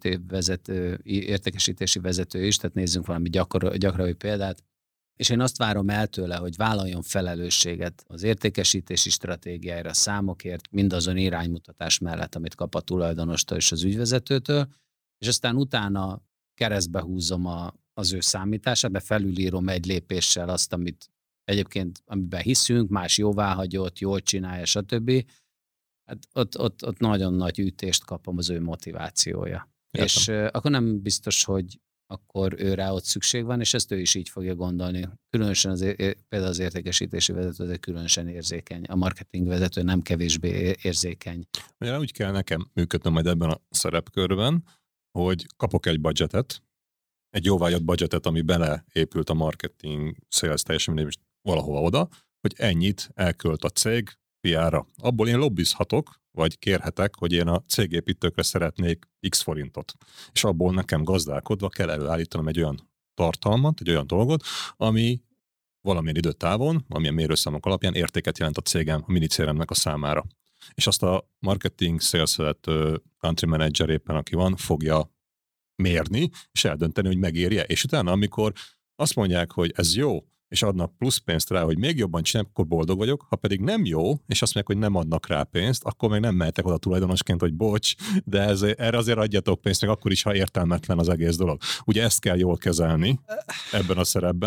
értékesítési vezető is, tehát nézzünk valami gyakori példát, és én azt várom el tőle, hogy vállaljon felelősséget az értékesítési stratégiára, a számokért, mindazon iránymutatás mellett, amit kap a tulajdonostól és az ügyvezetőtől, és aztán utána keresztbe húzom az ő számítását, felülírom egy lépéssel azt, amit egyébként, amiben hiszünk, más jóváhagyott, jól csinálja, stb. Hát ott nagyon nagy ütést kapom az ő motivációja. Értem. És akkor nem biztos, hogy akkor őrá ott szükség van, és ezt ő is így fogja gondolni. Különösen például az értékesítési vezető az különösen érzékeny. A marketing vezető nem kevésbé érzékeny. Ugye úgy kell nekem működnöm majd ebben a szerepkörben, hogy kapok egy budgetet, egy jóvágyott budgetet, ami beleépült a marketing, sales, teljesen mindegy, valahova oda, hogy ennyit elkölt a cég PR-ra. Abból én lobbizhatok, vagy kérhetek, hogy én a cégépítőkre szeretnék X forintot. És abból nekem gazdálkodva kell előállítanom egy olyan tartalmat, egy olyan dolgot, ami valamilyen időtávon, valamilyen mérőszámok alapján értéket jelent a cégem, a minicéremnek a számára. És azt a marketing, sales country manager éppen, aki van, fogja mérni, és eldönteni, hogy megérje. És utána, amikor azt mondják, hogy ez jó, és adnak plusz pénzt rá, hogy még jobban csinálják, akkor boldog vagyok, ha pedig nem jó, és azt mondják, hogy nem adnak rá pénzt, akkor még nem mehetek oda tulajdonosként, hogy bocs, de erre azért adjatok pénzt, meg akkor is, ha értelmetlen az egész dolog. Ugye ezt kell jól kezelni ebben a szerepben,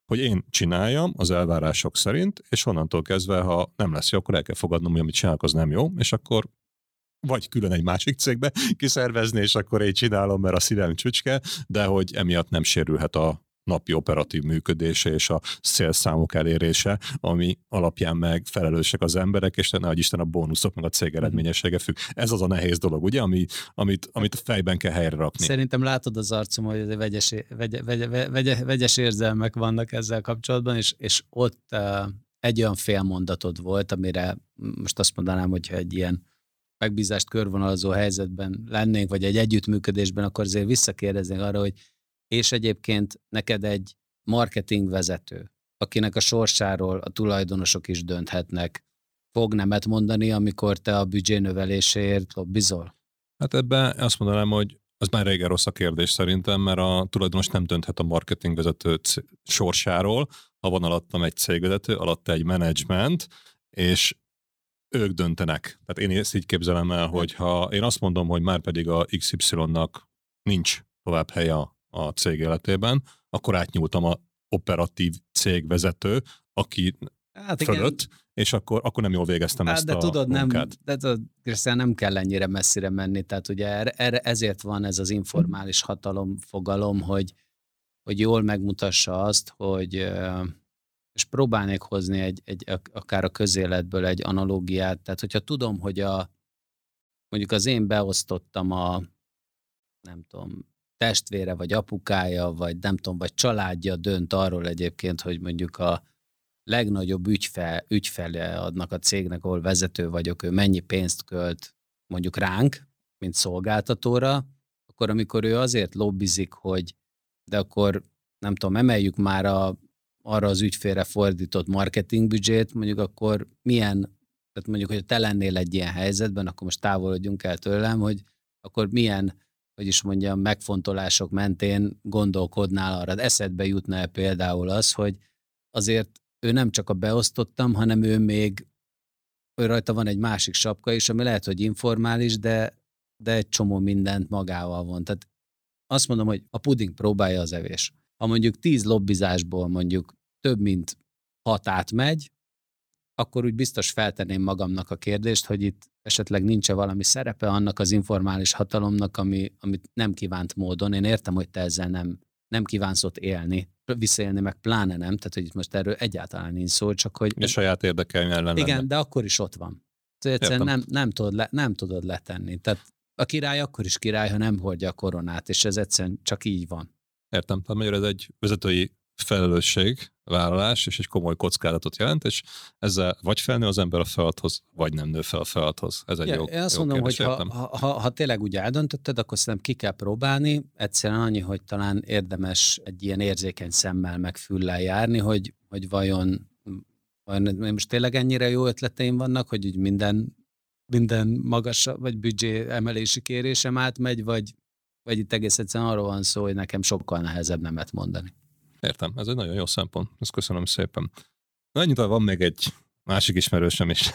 hogy én csináljam az elvárások szerint, és onnantól kezdve, ha nem lesz jó, akkor el kell fogadnom, hogy amit csinálok, az nem jó, és akkor vagy külön egy másik cégbe kiszervezni, és akkor én csinálom, mert a szívem csücske, de hogy emiatt nem sérülhet a napi operatív működése és a célszámok elérése, ami alapján meg felelősek az emberek, és nehogy Isten a bónuszok, meg a cég eredményessége függ. Ez az a nehéz dolog, ugye, amit a fejben kell helyre rakni. Szerintem látod az arcom, hogy vegyes érzelmek vannak ezzel kapcsolatban, és ott egy olyan félmondatod volt, amire most azt mondanám, hogyha egy ilyen megbízást körvonalazó helyzetben lennénk, vagy egy együttműködésben, akkor azért visszakérdeznénk arra, hogy és egyébként neked egy marketingvezető, akinek a sorsáról a tulajdonosok is dönthetnek, fog nemet mondani, amikor te a büdzsé növeléséért lobbizol? Hát ebben azt mondanám, hogy az már régen rossz a kérdés szerintem, mert a tulajdonos nem dönthet a marketingvezető sorsáról, ha van alattam egy cégvezető, alatta egy menedzsment, és ők döntenek. Tehát én ezt így képzelem el, hogy ha én azt mondom, hogy már pedig a XY-nak nincs tovább helye a cég életében, akkor átnyúltam a operatív cégvezető, aki fölött, igen. És akkor nem jól végeztem ezt de a tudod, munkát. Nem kell ennyire messzire menni, tehát ugye ezért van ez az informális hatalom fogalom, hogy jól megmutassa azt, hogy és próbálnék hozni akár a közéletből egy analógiát, tehát hogyha tudom, hogy mondjuk az én beosztottam nem tudom, testvére, vagy apukája, vagy nem tudom, vagy családja dönt arról egyébként, hogy mondjuk a legnagyobb ügyfele adnak a cégnek, ahol vezető vagyok, ő mennyi pénzt költ mondjuk ránk, mint szolgáltatóra, akkor amikor ő azért lobbizik, hogy de akkor nem tudom, emeljük már arra az ügyfélre fordított marketingbüdzsét, mondjuk akkor tehát mondjuk, hogy te lennél egy ilyen helyzetben, akkor most távolodjunk el tőlem, hogy akkor milyen, hogy is mondjam, megfontolások mentén gondolkodnál arra. Eszedbe jutna például az, hogy azért ő nem csak a beosztottam, hanem ő rajta van egy másik sapka is, ami lehet, hogy informális, de egy csomó mindent magával von. Tehát azt mondom, hogy a puding próbálja az evés. Ha mondjuk 10 lobbizásból mondjuk több mint 6 átmegy, akkor úgy biztos feltenném magamnak a kérdést, hogy itt esetleg nincs-e valami szerepe annak az informális hatalomnak, amit nem kívánt módon. Én értem, hogy te ezzel nem kívánsz ott élni, visszaélni meg pláne nem, tehát hogy itt most erről egyáltalán nincs szó, csak hogy... A saját érdekeim ellen igen, lenne. De akkor is ott van. Egyszerűen nem tudod letenni. Tehát a király akkor is király, ha nem hordja a koronát, és ez egyszerűen csak így van. Értem, tehát magyarul ez egy vezetői felelősségvállalás, és egy komoly kockázatot jelent, és ezzel vagy felnő az ember a feladathoz, vagy nem nő fel a feladathoz. Ez egy jó Én azt mondom, kérdés, hogy ha tényleg úgy eldöntötted, akkor szerintem ki kell próbálni. Egyszerűen annyi, hogy talán érdemes egy ilyen érzékeny szemmel meg füllel járni, hogy vajon most tényleg ennyire jó ötleteim vannak, hogy úgy minden magas vagy büdzsé emelési kérésem átmegy, vagy itt egész egyszerűen arról van szó, hogy nekem sokkal nehezebb nemet mondani. Értem, ez egy nagyon jó szempont. Ezt köszönöm szépen. Na, ennyit, van még egy másik ismerősöm is.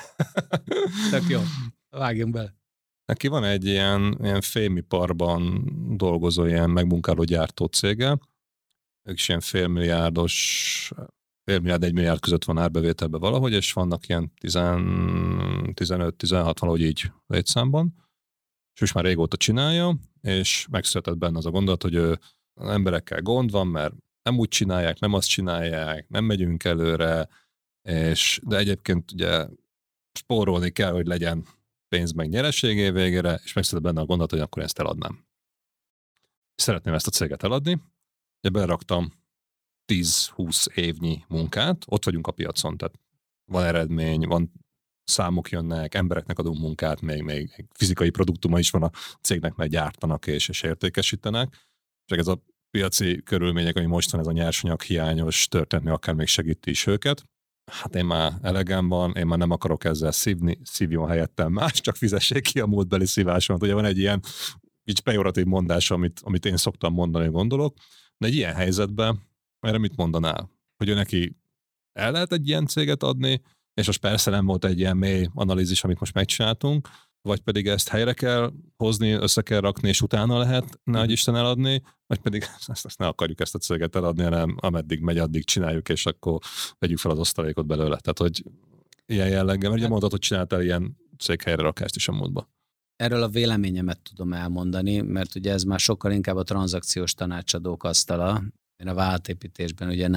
Tök jó. Vágjunk bele. Neki van egy ilyen fémiparban dolgozó, ilyen megmunkáló gyártó cége. Ők is ilyen $1 milliárd között van árbevételben valahogy, és vannak ilyen 15-16 valahogy így létszámban. És most már régóta csinálja, és megszületett benne az a gondolat, hogy az emberekkel gond van, mert nem úgy csinálják, nem azt csinálják, nem megyünk előre, de egyébként ugye spórolni kell, hogy legyen pénz meg nyereségé végére, és megszületett benne a gondolat, hogy akkor ezt eladnám. Szeretném ezt a céget eladni. Ugye beraktam 10-20 évnyi munkát, ott vagyunk a piacon, tehát van eredmény, van számok jönnek, embereknek adunk munkát, még fizikai produktuma is van a cégnek, mert gyártanak és értékesítenek. És ez a piaci körülmények, ami most van, ez a nyersanyag hiányos történetni, akár még segíti is őket. Hát én már elegem van, én már nem akarok ezzel szívjon helyettem más, csak fizessék ki a múltbeli szívásomat. Ugye van egy ilyen így pejoratív mondás, amit én szoktam mondani, gondolok, de egy ilyen helyzetben erre mit mondanál? Hogy ő neki el lehet egy ilyen céget adni, és most persze nem volt egy ilyen mély analízis, amit most megcsináltunk, vagy pedig ezt helyre kell hozni, össze kell rakni, és utána lehet, nehogy Isten eladni, vagy pedig ezt ne akarjuk ezt a céget eladni, hanem ameddig megy, addig csináljuk, és akkor vegyük fel az osztalékot belőle. Tehát, hogy ilyen jelleggel, mert ugye mondtad, hogy csináltál ilyen céghelyre rakást is a múltban. Erről a véleményemet tudom elmondani, mert ugye ez már sokkal inkább a tranzakciós tanácsadók asztala. Én a vállalatépítésben ugye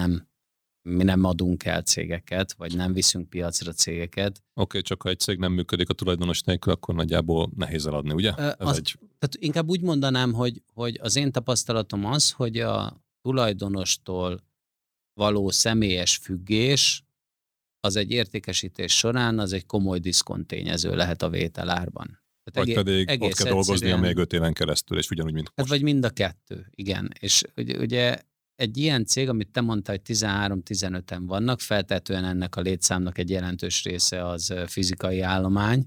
mi nem adunk el cégeket, vagy nem viszünk piacra cégeket. Oké, csak ha egy cég nem működik a tulajdonos nélkül, akkor nagyjából nehéz eladni, ugye? Tehát inkább úgy mondanám, hogy az én tapasztalatom az, hogy a tulajdonostól való személyes függés az egy értékesítés során az egy komoly diszkonttényező lehet a vételárban. Vagy pedig ott kell dolgoznia még 5 éven keresztül, és ugyanúgy, mint most. Vagy mind a kettő, igen. És ugye egy ilyen cég, amit te mondtál, hogy 13-15-en vannak, feltetően ennek a létszámnak egy jelentős része az fizikai állomány,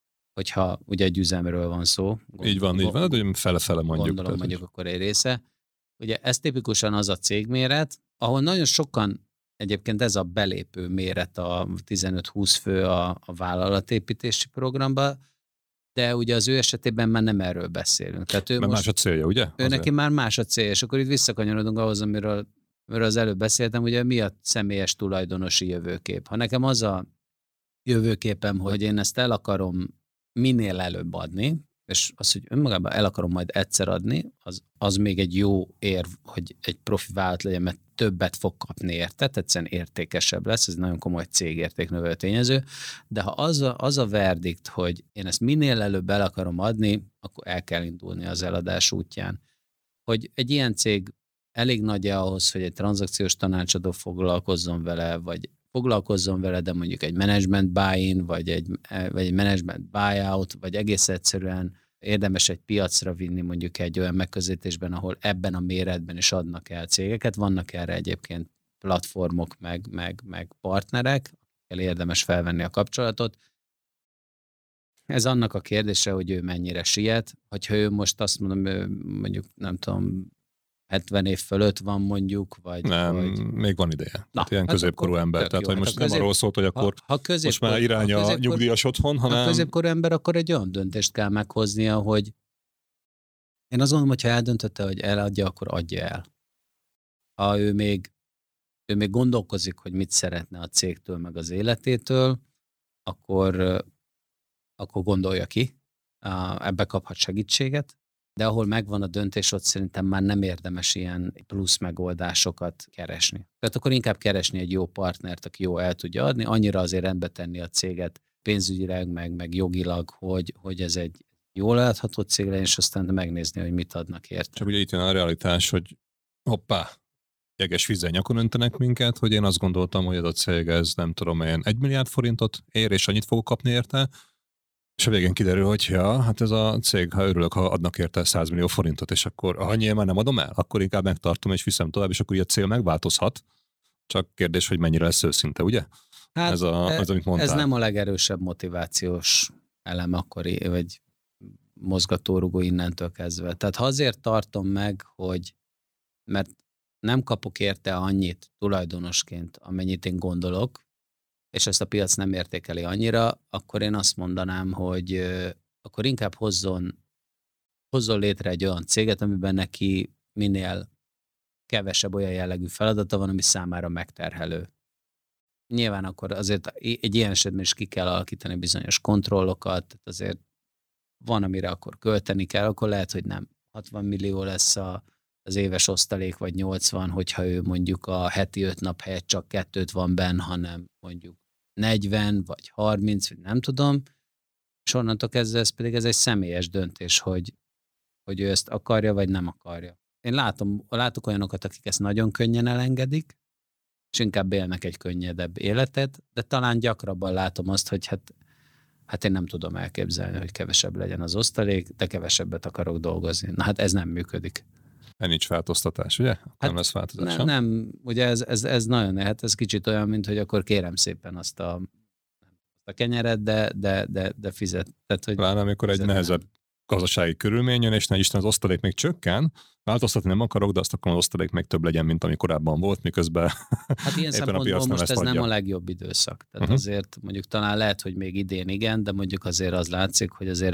hogyha ugye egy üzemről van szó. Így van, de fele-fele mondjuk. Gondolom mondjuk akkor egy része. Ugye ez tipikusan az a cégméret, ahol nagyon sokan, egyébként ez a belépő méret a 15-20 fő a vállalatépítési programba, de ugye az ő esetében már nem erről beszélünk. Tehát ő most, más a célja, ugye? Ő neki már más a célja, és akkor itt visszakanyarodunk ahhoz, amiről az előbb beszéltem, ugye mi a személyes tulajdonosi jövőkép. Ha nekem az a jövőképem, hogy én ezt el akarom minél előbb adni, és az, hogy önmagában el akarom majd egyszer adni, az még egy jó érv, hogy egy profi vállalat legyen, mert többet fog kapni érte, egyszerűen értékesebb lesz, ez nagyon komoly cégértéknövelő tényező, de ha az a verdikt, hogy én ezt minél előbb el akarom adni, akkor el kell indulni az eladás útján. Hogy egy ilyen cég elég nagy-e ahhoz, hogy egy tranzakciós tanácsadó foglalkozzon vele, vagy foglalkozzon vele, de mondjuk egy management buy-in, vagy egy management buyout, vagy egész egyszerűen érdemes egy piacra vinni mondjuk egy olyan megközelítésben, ahol ebben a méretben is adnak el cégeket. Vannak erre egyébként platformok, meg partnerek, akikkel érdemes felvenni a kapcsolatot. Ez annak a kérdése, hogy ő mennyire siet. Hogyha ő most azt mondom, mondjuk nem tudom, 70 év fölött van mondjuk, vagy... Nem, még van ideje. Ilyen középkorú ember. Tehát, hogy most nem arról szólt, hogy akkor most már irány a nyugdíjas otthon, hanem... Ha középkorú ember, akkor egy olyan döntést kell meghoznia, hogy én azt gondolom, hogy ha eldöntötte, hogy eladja, akkor adja el. Ha ő még gondolkozik, hogy mit szeretne a cégtől, meg az életétől, akkor gondolja ki. Ebbe kaphat segítséget. De ahol megvan a döntés, ott szerintem már nem érdemes ilyen plusz megoldásokat keresni. Tehát akkor inkább keresni egy jó partnert, aki jó el tudja adni, annyira azért rendbe tenni a céget pénzügyileg, meg jogilag, hogy ez egy jól eladható cég legyen, és aztán megnézni, hogy mit adnak érte. Csak ugye itt jön a realitás, hogy hoppá, jeges vízzel nyakon öntenek minket, hogy én azt gondoltam, hogy ez a cég, ez nem tudom, ilyen 1 milliárd forintot ér, és annyit fogok kapni érte, és a végén kiderül, hogy ja, hát ez a cég, ha örülök, ha adnak érte 100 millió forintot, és akkor annyi már nem adom el, akkor inkább megtartom és viszem tovább, és akkor így a cél megváltozhat. Csak kérdés, hogy mennyire lesz őszinte, ugye? Hát ez amit mondtál. Ez nem a legerősebb motivációs elem akkor, vagy mozgatórugó innentől kezdve. Tehát ha azért tartom meg, mert nem kapok érte annyit tulajdonosként, amennyit én gondolok, és ezt a piac nem értékeli annyira, akkor én azt mondanám, hogy akkor inkább hozzon létre egy olyan céget, amiben neki minél kevesebb olyan jellegű feladata van, ami számára megterhelő. Nyilván akkor azért egy ilyen esetben is ki kell alakítani bizonyos kontrollokat, tehát azért van, amire akkor költeni kell, akkor lehet, hogy nem 60 millió lesz az éves osztalék, vagy 80, hogyha ő mondjuk a heti 5 nap helyett csak 2 van benn, hanem mondjuk 40, vagy 30, vagy nem tudom, és onnantól kezdve ez pedig egy személyes döntés, hogy ő ezt akarja, vagy nem akarja. Én látok olyanokat, akik ezt nagyon könnyen elengedik, és inkább élnek egy könnyedebb életet, de talán gyakrabban látom azt, hogy hát én nem tudom elképzelni, hogy kevesebb legyen az osztalék, de kevesebbet akarok dolgozni. Na hát ez nem működik. Nincs változtatás, ugye? Hát nem lesz változás. Nem, ugye ez nagyon lehet, ez kicsit olyan, mint hogy akkor kérem szépen azt a kenyeret, de fizet. Tehát, hogy pláne amikor egy nehezebb gazdasági körülményen, és ne Isten az osztalék még csökken, változtatni nem akarok, de azt akarom, az osztalék még több legyen, mint ami korábban volt, miközben hát ilyen éppen a piac szempontból most ez adja. nem a legjobb időszak. Tehát azért mondjuk talán lehet, hogy még idén igen, de mondjuk azért az látszik, hogy azért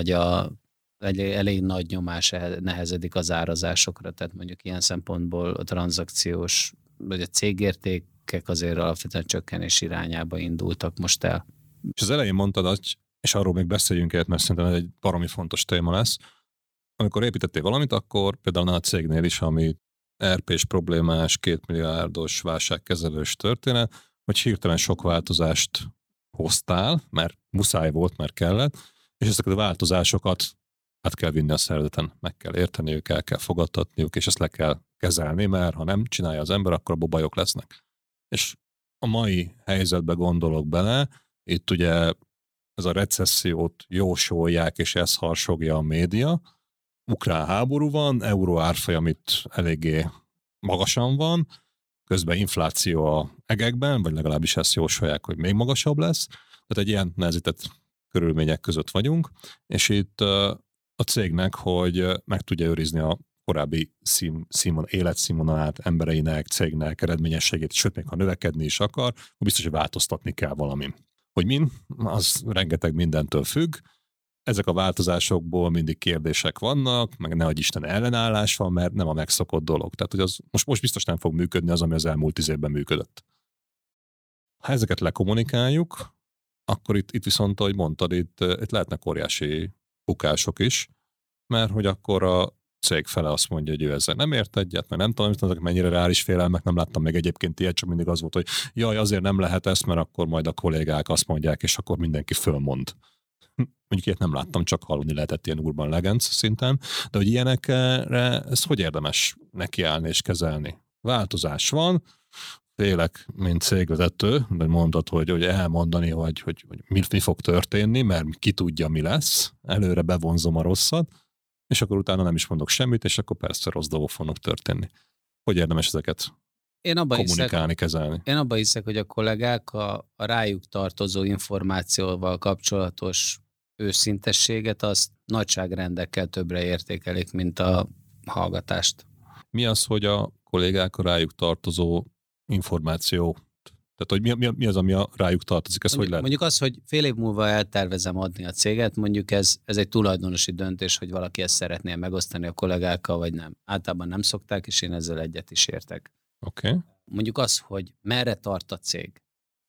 elég nagy nyomás nehezedik az árazásokra, tehát mondjuk ilyen szempontból a tranzakciós, vagy a cégértékek azért alapvetően csökkenés irányába indultak most el. És az elején mondtad, és arról még beszéljünk el, mert szerintem ez egy baromi fontos téma lesz. Amikor építettél valamit, akkor például a cégnél is, ami ERP-s problémás, 2 milliárdos válságkezelős történet, hogy hirtelen sok változást hoztál, mert muszáj volt, mert kellett, és ezeket a változásokat át kell vinni a szervezeten, meg kell érteniük, el kell fogadtatniuk, és ezt le kell kezelni, mert ha nem csinálja az ember, akkor abból bajok lesznek. És a mai helyzetbe gondolok bele, itt ugye ez a recessziót jósolják, és ezt harsogja a média. Ukrán háború van, euró árfolyam itt eléggé magasan van, közben infláció a egekben, vagy legalábbis ezt jósolják, hogy még magasabb lesz. Tehát egy ilyen nehezített körülmények között vagyunk, és itt a cégnek, hogy meg tudja őrizni a korábbi életszínvonalát embereinek, cégnek, eredményességét, sőt, még ha növekedni is akar, akkor biztos, hogy változtatni kell valamin. Hogy min? Az rengeteg mindentől függ. Ezek a változásokból mindig kérdések vannak, meg nehogy Isten ellenállás van, mert nem a megszokott dolog. Tehát, hogy az most biztos nem fog működni az, ami az elmúlt 10 évben működött. Ha ezeket lekommunikáljuk, akkor itt viszont, ahogy mondtad, itt lehetnek óriási bukások is, mert hogy akkor a cég fele azt mondja, hogy ő ezzel nem ért egyet, mert nem tudom, ezek mennyire reális félelmek, nem láttam meg egyébként ilyet, csak mindig az volt, hogy jaj, azért nem lehet ezt, mert akkor majd a kollégák azt mondják, és akkor mindenki fölmond. Mondjuk ilyet nem láttam, csak hallani lehetett ilyen urban legends szinten, de hogy ilyenekre ezt hogy érdemes nekiállni és kezelni? Változás van, félek, mint cégvezető, de mondtad, hogy elmondani, hogy mi fog történni, mert ki tudja, mi lesz, előre bevonzom a rosszat, és akkor utána nem is mondok semmit, és akkor persze rossz dolgok fognak történni. Hogy érdemes ezeket kommunikálni, kezelni? Én abban hiszek, hogy a kollégák a rájuk tartozó információval kapcsolatos őszintességet azt nagyságrendekkel többre értékelik, mint a hallgatást. Mi az, hogy a kollégák a rájuk tartozó információ? Tehát, hogy mi az, ami a rájuk tartozik? Ez hogy lehet? Mondjuk az, hogy fél év múlva eltervezem adni a céget, mondjuk ez egy tulajdonosi döntés, hogy valaki ezt szeretné megosztani a kollégákkal, vagy nem. Általában nem szokták, és én ezzel egyet is értek. Okay. Mondjuk az, hogy merre tart a cég,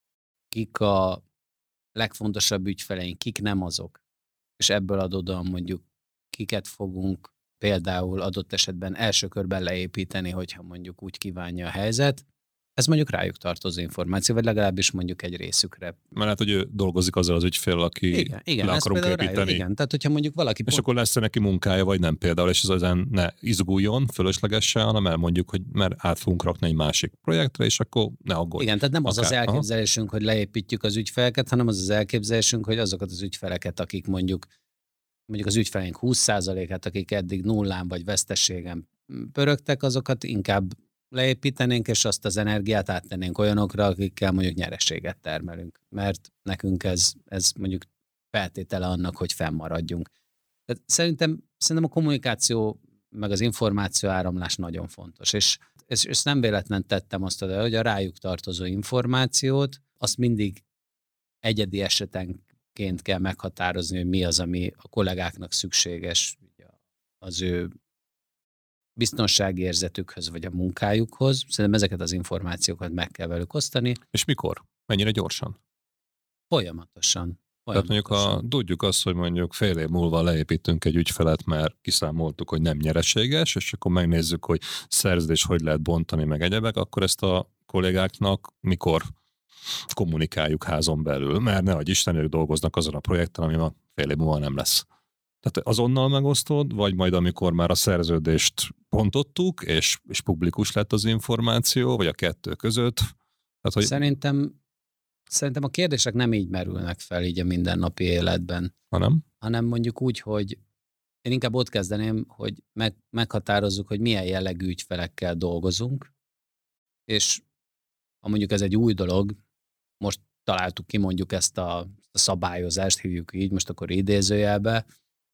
kik a legfontosabb ügyfeleink, kik nem azok, és ebből adódóan mondjuk kiket fogunk például adott esetben első körben leépíteni, hogyha mondjuk úgy kívánja a helyzet, ez mondjuk rájuk tartozó információ, vagy legalábbis mondjuk egy részükre. Mert hát, hogy ő dolgozik azzal az ügyfél, aki igen, le akarunk építeni. Rájuk, igen, tehát hogyha mondjuk valaki... És akkor lesz neki munkája, vagy nem például, és az ezen ne izguljon fölöslegesen, hanem elmondjuk, hogy mert át fogunk rakni egy másik projektre, és akkor ne aggódj. Igen, tehát nem az az elképzelésünk, hogy leépítjük az ügyfeleket, hanem az az elképzelésünk, hogy azokat az ügyfeleket, akik mondjuk az ügyfeleink 20%-át, akik eddig nullán vagy veszteségen pörögtek, azokat inkább leépítenénk, és azt az energiát áttennénk olyanokra, akikkel mondjuk nyereséget termelünk. Mert nekünk ez mondjuk feltétele annak, hogy fennmaradjunk. Tehát szerintem a kommunikáció meg az információ áramlás nagyon fontos. És nem véletlen tettem azt oda, hogy a rájuk tartozó információt, azt mindig egyedi esetenként kell meghatározni, hogy mi az, ami a kollégáknak szükséges az ő biztonságérzetükhöz, vagy a munkájukhoz. Szerintem ezeket az információkat meg kell velük osztani. És mikor? Mennyire gyorsan? Folyamatosan. Tehát mondjuk, tudjuk azt, hogy mondjuk fél év múlva leépítünk egy ügyfelet, mert kiszámoltuk, hogy nem nyereséges, és akkor megnézzük, hogy szerződés hogy lehet bontani, meg egyebek, akkor ezt a kollégáknak mikor kommunikáljuk házon belül, mert nehogy Isten, ők dolgoznak azon a projekten, ami ma fél év múlva nem lesz. Tehát azonnal megosztod, vagy majd amikor már a szerződést bontottuk, és publikus lett az információ, vagy a kettő között? Tehát, hogy... Szerintem a kérdések nem így merülnek fel így a mindennapi életben. Hanem mondjuk úgy, hogy én inkább ott kezdeném, hogy meghatározzuk, hogy milyen jellegű ügyfelekkel dolgozunk, és ha mondjuk ez egy új dolog, most találtuk ki mondjuk ezt a szabályozást, hívjuk így, most akkor idézőjelbe,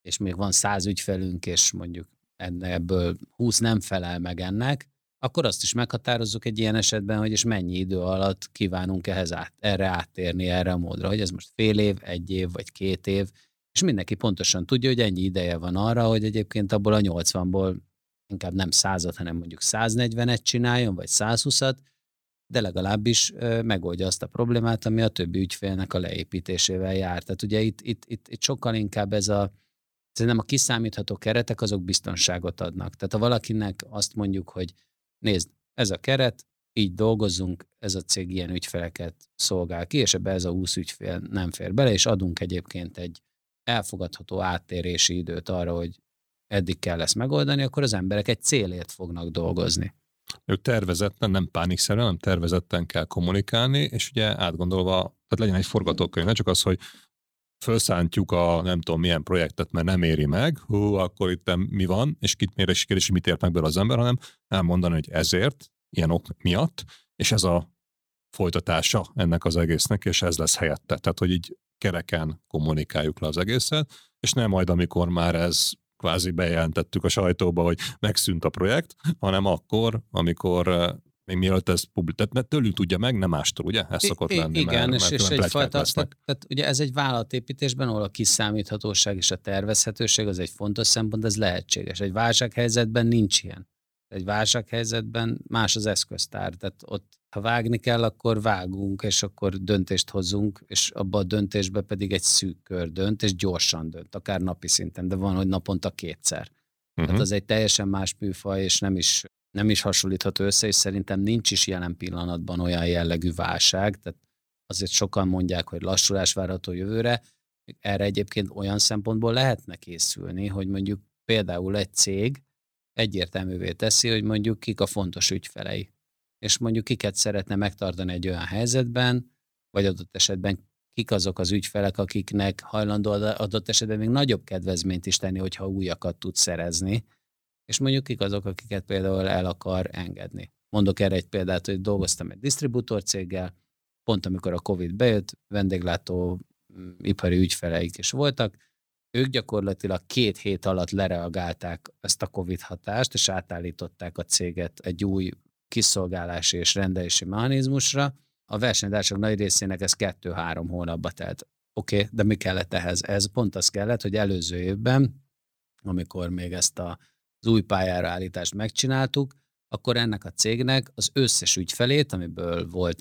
és még van 100 ügyfelünk, és mondjuk ebből 20 nem felel meg ennek, akkor azt is meghatározzuk egy ilyen esetben, hogy és mennyi idő alatt kívánunk erre áttérni, erre a módra, hogy ez most fél év, 1 év vagy 2 év, és mindenki pontosan tudja, hogy ennyi ideje van arra, hogy egyébként abból a 80-ból inkább nem 100-at, hanem mondjuk 140-et csináljon, vagy 120-at, de legalábbis megoldja azt a problémát, ami a többi ügyfélnek a leépítésével jár. Tehát ugye itt sokkal inkább szerintem a kiszámítható keretek azok biztonságot adnak. Tehát ha valakinek azt mondjuk, hogy nézd, ez a keret, így dolgozzunk, ez a cég ilyen ügyfeleket szolgál ki, és ebbe ez a 20 ügyfél nem fér bele, és adunk egyébként egy elfogadható áttérési időt arra, hogy eddig kell ezt megoldani, akkor az emberek egy célért fognak dolgozni. Ők tervezetten, nem pánikszerűen, hanem tervezetten kell kommunikálni, és ugye átgondolva, tehát legyen egy forgatókönyv, ne csak az, hogy felszántjuk a nem tudom milyen projektet, mert nem éri meg, akkor itt mi van, és kit mér, és mit ért meg belőle az ember, hanem elmondani, hogy ezért, ilyen ok miatt, és ez a folytatása ennek az egésznek, és ez lesz helyette. Tehát, hogy így kereken kommunikáljuk le az egészet, és nem majd, amikor már ez kvázi bejelentettük a sajtóba, hogy megszűnt a projekt, hanem akkor, amikor még mielőtt ez publikált, mert tőlünk tudja meg, nem mástól, ugye? Ez szokott lenni. Igen, mert és egyfajta, tehát ugye ez egy vállalatépítésben, ahol a kiszámíthatóság és a tervezhetőség az egy fontos szempont, ez lehetséges. Egy válsághelyzetben nincs ilyen. Egy válsághelyzetben más az eszköztár, tehát ott ha vágni kell, akkor vágunk, és akkor döntést hozzunk, és abban a döntésben pedig egy szűk kör dönt, és gyorsan dönt, akár napi szinten, de van, hogy naponta 2-szer. Tehát az egy teljesen más műfaj, és nem is hasonlítható össze, és szerintem nincs is jelen pillanatban olyan jellegű válság, tehát azért sokan mondják, hogy lassulás várható jövőre, erre egyébként olyan szempontból lehetne készülni, hogy mondjuk például egy cég egyértelművé teszi, hogy mondjuk kik a fontos ügyfelei, és mondjuk kiket szeretne megtartani egy olyan helyzetben, vagy adott esetben kik azok az ügyfelek, akiknek hajlandó adott esetben még nagyobb kedvezményt is tenni, hogyha újakat tud szerezni, és mondjuk kik azok, akiket például el akar engedni. Mondok erre egy példát, hogy dolgoztam egy disztribútorcéggel, pont amikor a Covid bejött, vendéglátó ipari ügyfeleik is voltak, ők gyakorlatilag 2 hét alatt lereagálták ezt a Covid hatást, és átállították a céget egy új kiszolgálási és rendelési mechanizmusra. A versenytársak nagy részének ez 2-3 hónapba telt. Oké, de mi kellett ehhez? Ez pont az kellett, hogy előző évben, amikor még ezt az új pályára állítást megcsináltuk, akkor ennek a cégnek az összes ügyfelét, amiből volt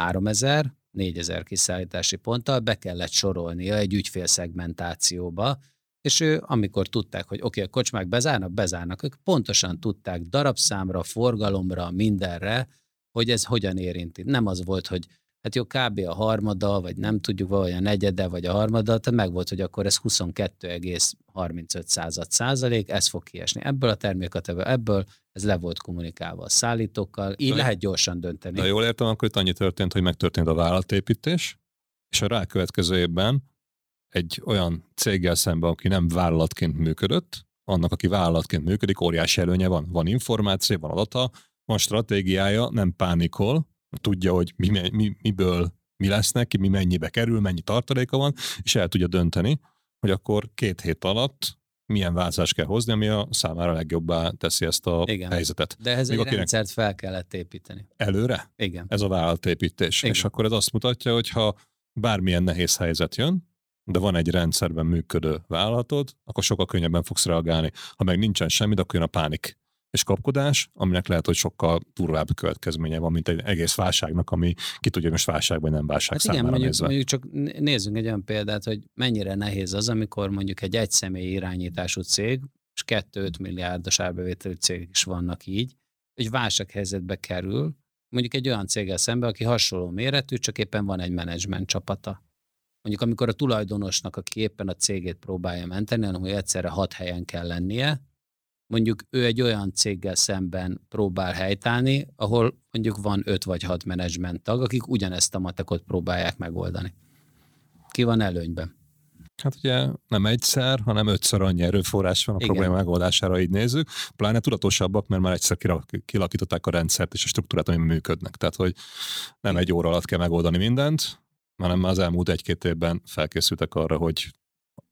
3000-4000 kiszállítási ponttal, be kellett sorolnia egy ügyfélszegmentációba, és amikor tudták, hogy oké, a kocsmák bezárnak, ők pontosan tudták darabszámra, forgalomra, mindenre, hogy ez hogyan érinti. Nem az volt, hogy hát jó, kb. A harmada, vagy nem tudjuk, vagy a negyede, vagy a harmada, tehát meg volt, hogy akkor ez 22,35%, ez fog kiesni. Ebből a termékkategóriából, ebből ez le volt kommunikálva a szállítókkal, így lehet gyorsan dönteni. De jól értem, akkor itt annyi történt, hogy megtörtént a vállalatépítés, és a rákövetkező évben egy olyan céggel szemben, aki nem vállalatként működött, annak, aki vállalatként működik, óriási előnye van. Van információ, van adata, van stratégiája, nem pánikol, tudja, hogy miből mi lesz neki, mi mennyibe kerül, mennyi tartaléka van, és el tudja dönteni, hogy akkor 2 hét alatt milyen változást kell hozni, ami a számára legjobbá teszi ezt a helyzetet. De ehhez egy rendszert fel kellett építeni. Előre? Igen. Ez a vállalatépítés. Igen. És akkor ez azt mutatja, hogy ha bármilyen nehéz helyzet jön, de van egy rendszerben működő vállalatod, akkor sokkal könnyebben fogsz reagálni. Ha meg nincsen semmi, akkor jön a pánik és kapkodás, aminek lehet, hogy sokkal durvább következménye van, mint egy egész válságnak, ami ki tudja, most válság vagy nem válság hát számára igen, nézve. Mondjuk csak nézzünk egy olyan példát, hogy mennyire nehéz az, amikor mondjuk egy egyszemélyi irányítású cég, és 2-5 milliárdos árbevételű cégek is vannak így, egy válsághelyzetbe kerül, mondjuk egy olyan céggel szemben, aki hasonló méretű, csak éppen van egy menedzsment csapata. Mondjuk amikor a tulajdonosnak, aki éppen a cégét próbálja menteni, hanem hogy egyszerre 6 helyen kell lennie, mondjuk ő egy olyan céggel szemben próbál helytállni, ahol mondjuk van 5 vagy 6 menedzsment tag, akik ugyanezt a matekot próbálják megoldani. Ki van előnyben? Hát ugye nem egyszer, hanem 5-ször annyi erőforrás van a probléma megoldására, így nézzük. Pláne tudatosabbak, mert már egyszer kilakították a rendszert és a struktúrát, ami működnek. Tehát, hogy nem egy óra alatt kell megoldani mindent, hanem az elmúlt 1-2 évben felkészültek arra, hogy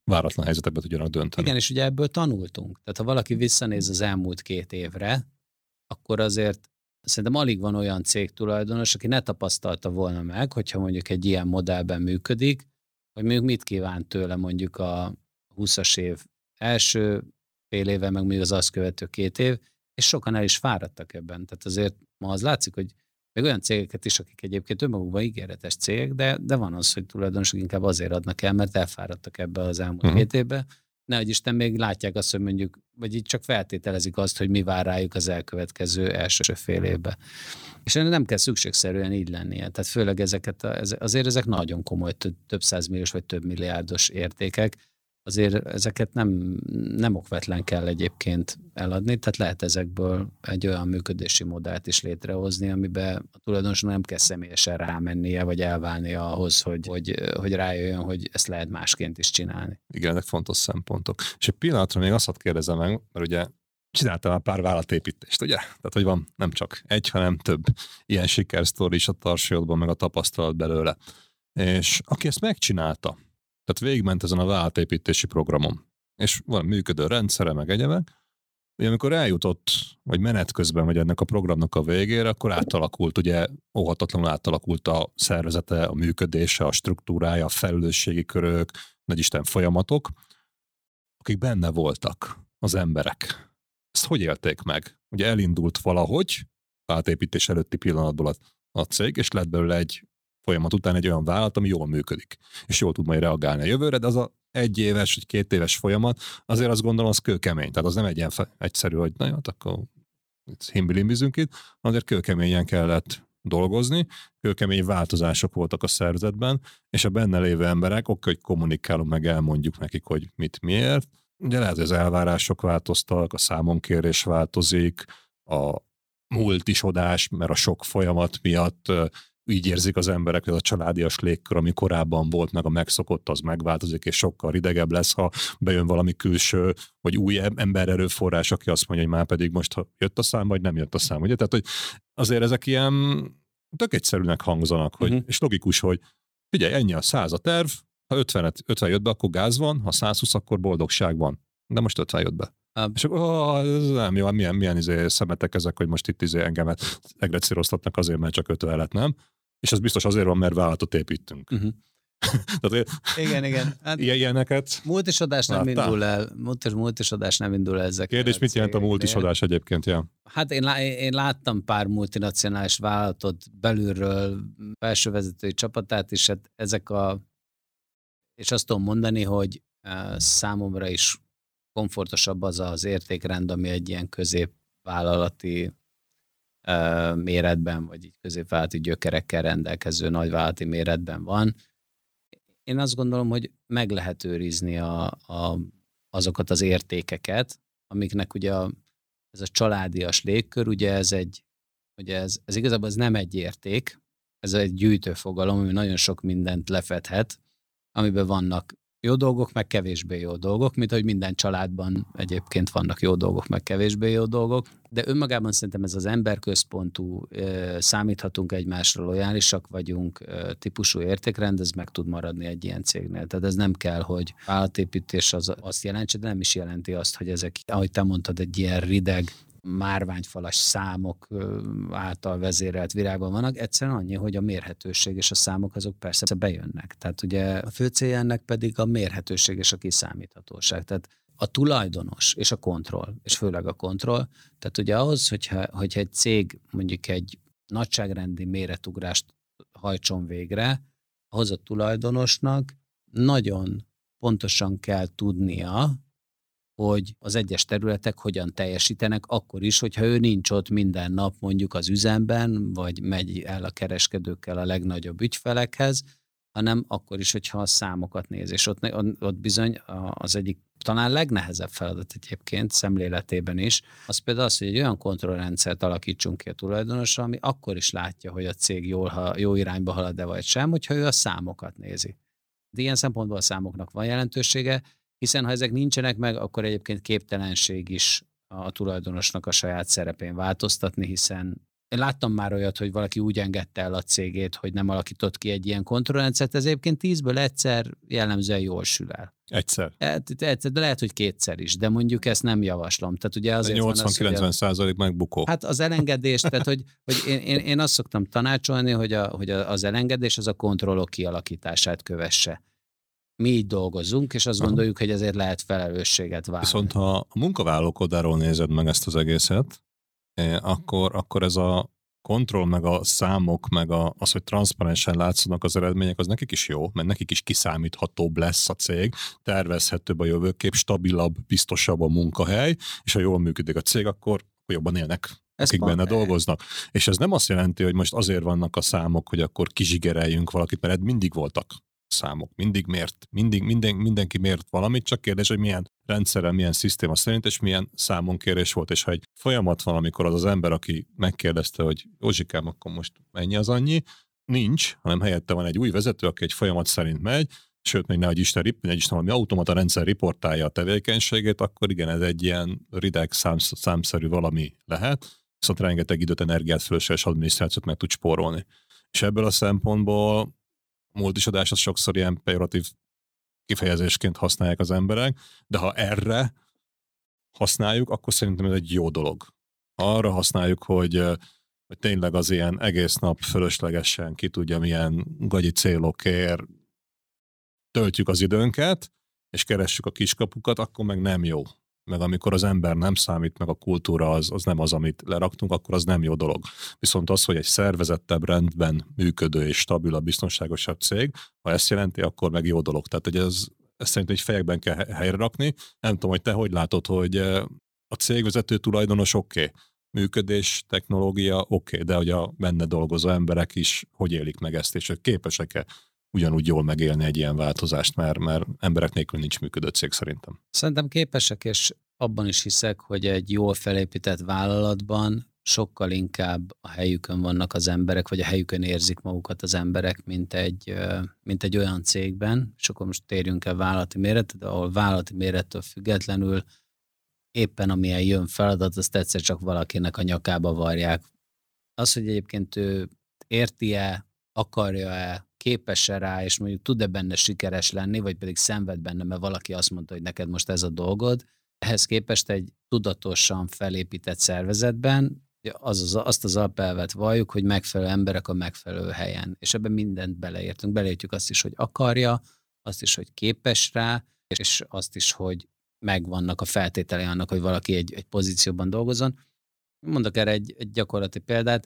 váratlan helyzetekben tudjanak dönteni. Igen, és ugye ebből tanultunk. Tehát ha valaki visszanéz az elmúlt 2 évre, akkor azért szerintem alig van olyan cégtulajdonos, aki ne tapasztalta volna meg, hogyha mondjuk egy ilyen modellben működik, hogy mondjuk mit kíván tőle mondjuk a 20-as év első fél éve, meg még az azt követő 2 év, és sokan el is fáradtak ebben. Tehát azért ma az látszik, hogy még olyan cégeket is, akik egyébként önmagukban ígéretes cégek, de van az, hogy tulajdonosok inkább azért adnak el, mert elfáradtak ebbe az elmúlt 2 évbe. Nehogy Isten még látják azt, hogy mondjuk, vagy így csak feltételezik azt, hogy mi vár rájuk az elkövetkező első fél évben. És nem kell szükségszerűen így lennie. Tehát főleg azért ezek nagyon komoly, több százmilliós vagy több milliárdos értékek, azért ezeket nem okvetlen kell egyébként eladni, tehát lehet ezekből egy olyan működési modellt is létrehozni, amiben a tulajdonosnak nem kell személyesen rámennie, vagy elválnia ahhoz, hogy rájöjjön, hogy ezt lehet másként is csinálni. Igen, ezek fontos szempontok. És egy pillanatra még azt kérdezem meg, mert ugye csináltam már pár vállalatépítést, ugye? Tehát, hogy van nem csak egy, hanem több ilyen sikersztori is a tarsolyodban, meg a tapasztalat belőle. És aki ezt megcsinálta, tehát végigment ezen a vállalatépítési programon, és van működő rendszere, meg egyebek, hogy amikor eljutott, vagy menet közben, vagy ennek a programnak a végére, akkor átalakult, ugye óhatatlanul átalakult a szervezete, a működése, a struktúrája, a felelősségi körök, nagyisten folyamatok, akik benne voltak, az emberek. Ezt hogy élték meg? Ugye elindult valahogy, vállalatépítés előtti pillanatból a cég, és lett belőle egy folyamat után egy olyan vállalat, ami jól működik, és jól tud majd reagálni a jövőre, de az a 1 éves vagy 2 éves folyamat, azért azt gondolom, az kőkemény. Tehát az nem egy ilyen egyszerű, hogy na jó, akkor himbilimbizünk itt, azért kőkeményen kellett dolgozni, kőkemény változások voltak a szervezetben, és a benne lévő emberek, hogy kommunikálunk meg, elmondjuk nekik, hogy mit, miért. Ugye lehet, hogy az elvárások változtak, a számonkérés változik, a multisodás, mert a sok folyamat miatt így érzik az emberek, hogy a családias légkör, ami korábban volt, meg a megszokott, az megváltozik, és sokkal ridegebb lesz, ha bejön valami külső, vagy új embererőforrás, aki azt mondja, hogy már pedig most jött a szám, vagy nem jött a szám. Ugye? Tehát, hogy azért ezek ilyen tök egyszerűnek hangzanak, hogy, és logikus, hogy figyelj, ennyi a 100 a terv, ha 50 jött be, akkor gáz van, ha 120, akkor boldogság van. De most 50 jött be. És akkor, ez nem jó, milyen szemetek ezek, hogy most itt engemet egrecíroztatnak azért, mert csak 50 lett, nem? És ez biztos azért van, mert vállalatot építünk. Tehát, igen. Hát ilyeneket multisodás nem indul el. Multisodás nem indul el ezek. Kérdés, mit jelent a multisodás egyébként? Ja. Hát én láttam pár multinacionális vállalatot belülről, felsővezetői csapatát, és hát és azt tudom mondani, hogy számomra is komfortosabb az az értékrend, ami egy ilyen középvállalati méretben, vagy így középvállalati gyökerekkel rendelkező nagyvállalati méretben van. Én azt gondolom, hogy meg lehet őrizni azokat az értékeket, amiknek ugye ez a családias légkör, ugye ez igazából ez nem egy érték, ez egy gyűjtőfogalom, ami nagyon sok mindent lefedhet, amiben vannak jó dolgok, meg kevésbé jó dolgok, mint hogy minden családban egyébként vannak jó dolgok, meg kevésbé jó dolgok, de önmagában szerintem ez az emberközpontú, számíthatunk egymásra, lojálisak vagyunk, típusú értékrend, ez meg tud maradni egy ilyen cégnél. Tehát ez nem kell, hogy vállalatépítés az azt jelentse, de nem is jelenti azt, hogy ezek, ahogy te mondtad, egy ilyen rideg, márványfalas számok által vezérelt világban vannak, egyszerűen annyi, hogy a mérhetőség és a számok azok persze bejönnek. Tehát ugye a fő célja ennek pedig a mérhetőség és a kiszámíthatóság. Tehát a tulajdonos és a kontroll, és főleg a kontroll. Tehát ugye ahhoz, hogyha egy cég mondjuk egy nagyságrendi méretugrást hajtson végre, ahhoz a tulajdonosnak nagyon pontosan kell tudnia, hogy az egyes területek hogyan teljesítenek, akkor is, hogyha ő nincs ott minden nap mondjuk az üzemben, vagy megy el a kereskedőkkel a legnagyobb ügyfelekhez, hanem akkor is, hogyha a számokat néz. És ott bizony az egyik talán legnehezebb feladat egyébként szemléletében is, az például az, hogy egy olyan kontrollrendszert alakítsunk ki a tulajdonosra, ami akkor is látja, hogy a cég jó irányba halad-e vagy sem, hogyha ő a számokat nézi. De ilyen szempontból a számoknak van jelentősége, hiszen ha ezek nincsenek meg, akkor egyébként képtelenség is a tulajdonosnak a saját szerepén változtatni, hiszen Én láttam már olyat, hogy valaki úgy engedte el a cégét, hogy nem alakított ki egy ilyen kontrollrendszert, ez egyébként 10-ből egyszer jellemzően jól sül el. Egyszer. De lehet, hogy kétszer is, de mondjuk ezt nem javaslom. Tehát ugye azért 80-90% megbukó. Hát az elengedés, tehát hogy én azt szoktam tanácsolni, hogy az elengedés az a kontrollok kialakítását kövesse. Mi így dolgozunk, és azt gondoljuk, hogy ezért lehet felelősséget vállalni. Viszont ha a munkavállalók oldalról nézed meg ezt az egészet, akkor ez a kontroll, meg a számok, meg az, hogy transzparensen látszanak az eredmények, az nekik is jó, mert nekik is kiszámíthatóbb lesz a cég, tervezhetőbb a jövőkép, stabilabb, biztosabb a munkahely, és ha jól működik a cég, akkor jobban élnek, akik benne dolgoznak. És ez nem azt jelenti, hogy most azért vannak a számok, hogy akkor kizsigereljünk valakit, mert mindig voltak számok, mindig mért, mindenki mért valamit, csak kérdés, hogy milyen rendszerrel, milyen szisztéma szerint, és milyen számonkérés volt, és ha egy folyamat van, amikor az ember, aki megkérdezte, hogy Józsikám, akkor most mennyi az annyi, nincs, hanem helyette van egy új vezető, aki egy folyamat szerint megy, sőt, még nehogy Isten valami automata rendszer riportálja a tevékenységét, akkor igen, ez egy ilyen rideg számszerű valami lehet, viszont rengeteg időt, energiát, fölösleges adminisztrációt meg tud spórolni. És ebből a szempontból multisadás az sokszor ilyen pejoratív kifejezésként használják az emberek, de ha erre használjuk, akkor szerintem ez egy jó dolog. Arra használjuk, hogy tényleg az ilyen egész nap fölöslegesen ki tudja milyen gagyi célokért töltjük az időnket, és keressük a kiskapukat, akkor meg nem jó. Meg amikor az ember nem számít, meg a kultúra az nem az, amit leraktunk, akkor az nem jó dolog. Viszont az, hogy egy szervezettebb, rendben működő és stabilabb, biztonságosabb cég, ha ezt jelenti, akkor meg jó dolog. Tehát, hogy ez szerintem egy fejekben kell helyre rakni. Nem tudom, hogy te hogy látod, hogy a cégvezető tulajdonos oké, működés, technológia oké, de hogy a benne dolgozó emberek is hogy élik meg ezt, és hogy képesek-e ugyanúgy jól megélni egy ilyen változást, mert emberek nélkül nincs működő cég szerintem. Szerintem képesek, és abban is hiszek, hogy egy jól felépített vállalatban sokkal inkább a helyükön vannak az emberek, vagy a helyükön érzik magukat az emberek, mint egy olyan cégben, és akkor most térjünk el vállalati méretre, de ahol vállalati mérettől függetlenül éppen amilyen jön feladat, azt egyszer csak valakinek a nyakába varják. Az, hogy egyébként ő érti-e, akarja-e, képes-e rá, és mondjuk tud-e benne sikeres lenni, vagy pedig szenved benne, mert valaki azt mondta, hogy neked most ez a dolgod. Ehhez képest egy tudatosan felépített szervezetben azt az alapelvet valljuk, hogy megfelelő emberek a megfelelő helyen. És ebben mindent beleértünk. Beleértjük azt is, hogy akarja, azt is, hogy képes rá, és azt is, hogy megvannak a feltételei annak, hogy valaki egy pozícióban dolgozzon. Mondok erre egy gyakorlati példát.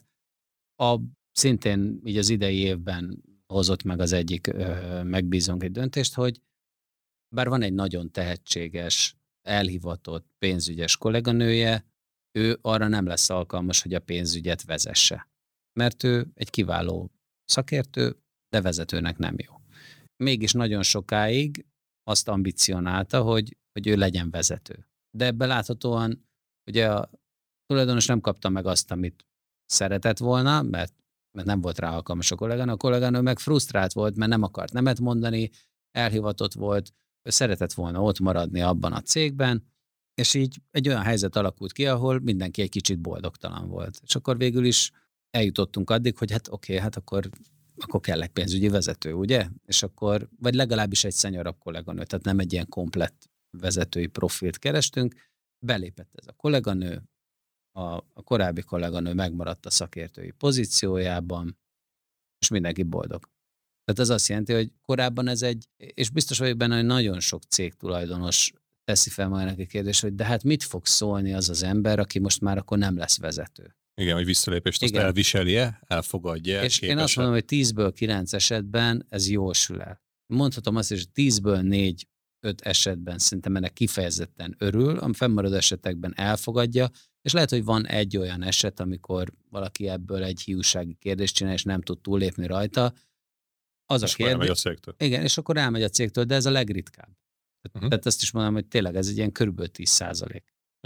Szintén így az idei évben hozott meg az egyik megbízónk egy döntést, hogy bár van egy nagyon tehetséges, elhivatott, pénzügyes kolléganője, ő arra nem lesz alkalmas, hogy a pénzügyet vezesse. Mert ő egy kiváló szakértő, de vezetőnek nem jó. Mégis nagyon sokáig azt ambicionálta, hogy ő legyen vezető. De ebben láthatóan ugye a tulajdonos nem kapta meg azt, amit szeretett volna, mert nem volt rá alkalmas a kolléganő meg frusztrált volt, mert nem akart nemet mondani, elhivatott volt, ő szeretett volna ott maradni abban a cégben, és így egy olyan helyzet alakult ki, ahol mindenki egy kicsit boldogtalan volt. És akkor végül is eljutottunk addig, hogy hát oké, hát akkor kell egy pénzügyi vezető, ugye? És akkor, vagy legalábbis egy szenyorabb kolléganő, tehát nem egy ilyen komplett vezetői profilt kerestünk, belépett ez a kolléganő, a korábbi kolléganő megmaradt a szakértői pozíciójában, és mindenki boldog. Tehát ez azt jelenti, hogy korábban és biztos vagyok benne, hogy nagyon sok cégtulajdonos teszi fel magának a kérdést, hogy de hát mit fog szólni az az ember, aki most már akkor nem lesz vezető. Igen, hogy visszalépést azt elviseli-e, elfogadja. És képes-e? Én azt mondom, hogy 10-ből 9 esetben ez jól sül el. Mondhatom azt is, hogy 10-ből 4-5 esetben szerintem ennek kifejezetten örül, a fennmaradó esetekben elfogadja, és lehet, hogy van egy olyan eset, amikor valaki ebből egy hiúsági kérdést csinál, és nem tud túllépni rajta. Az és a kérdés. Elmegy a cégtől. Igen, és akkor elmegy a cégtől, de ez a legritkább. Tehát ezt is mondom, hogy tényleg ez egy ilyen körülbelül 10%.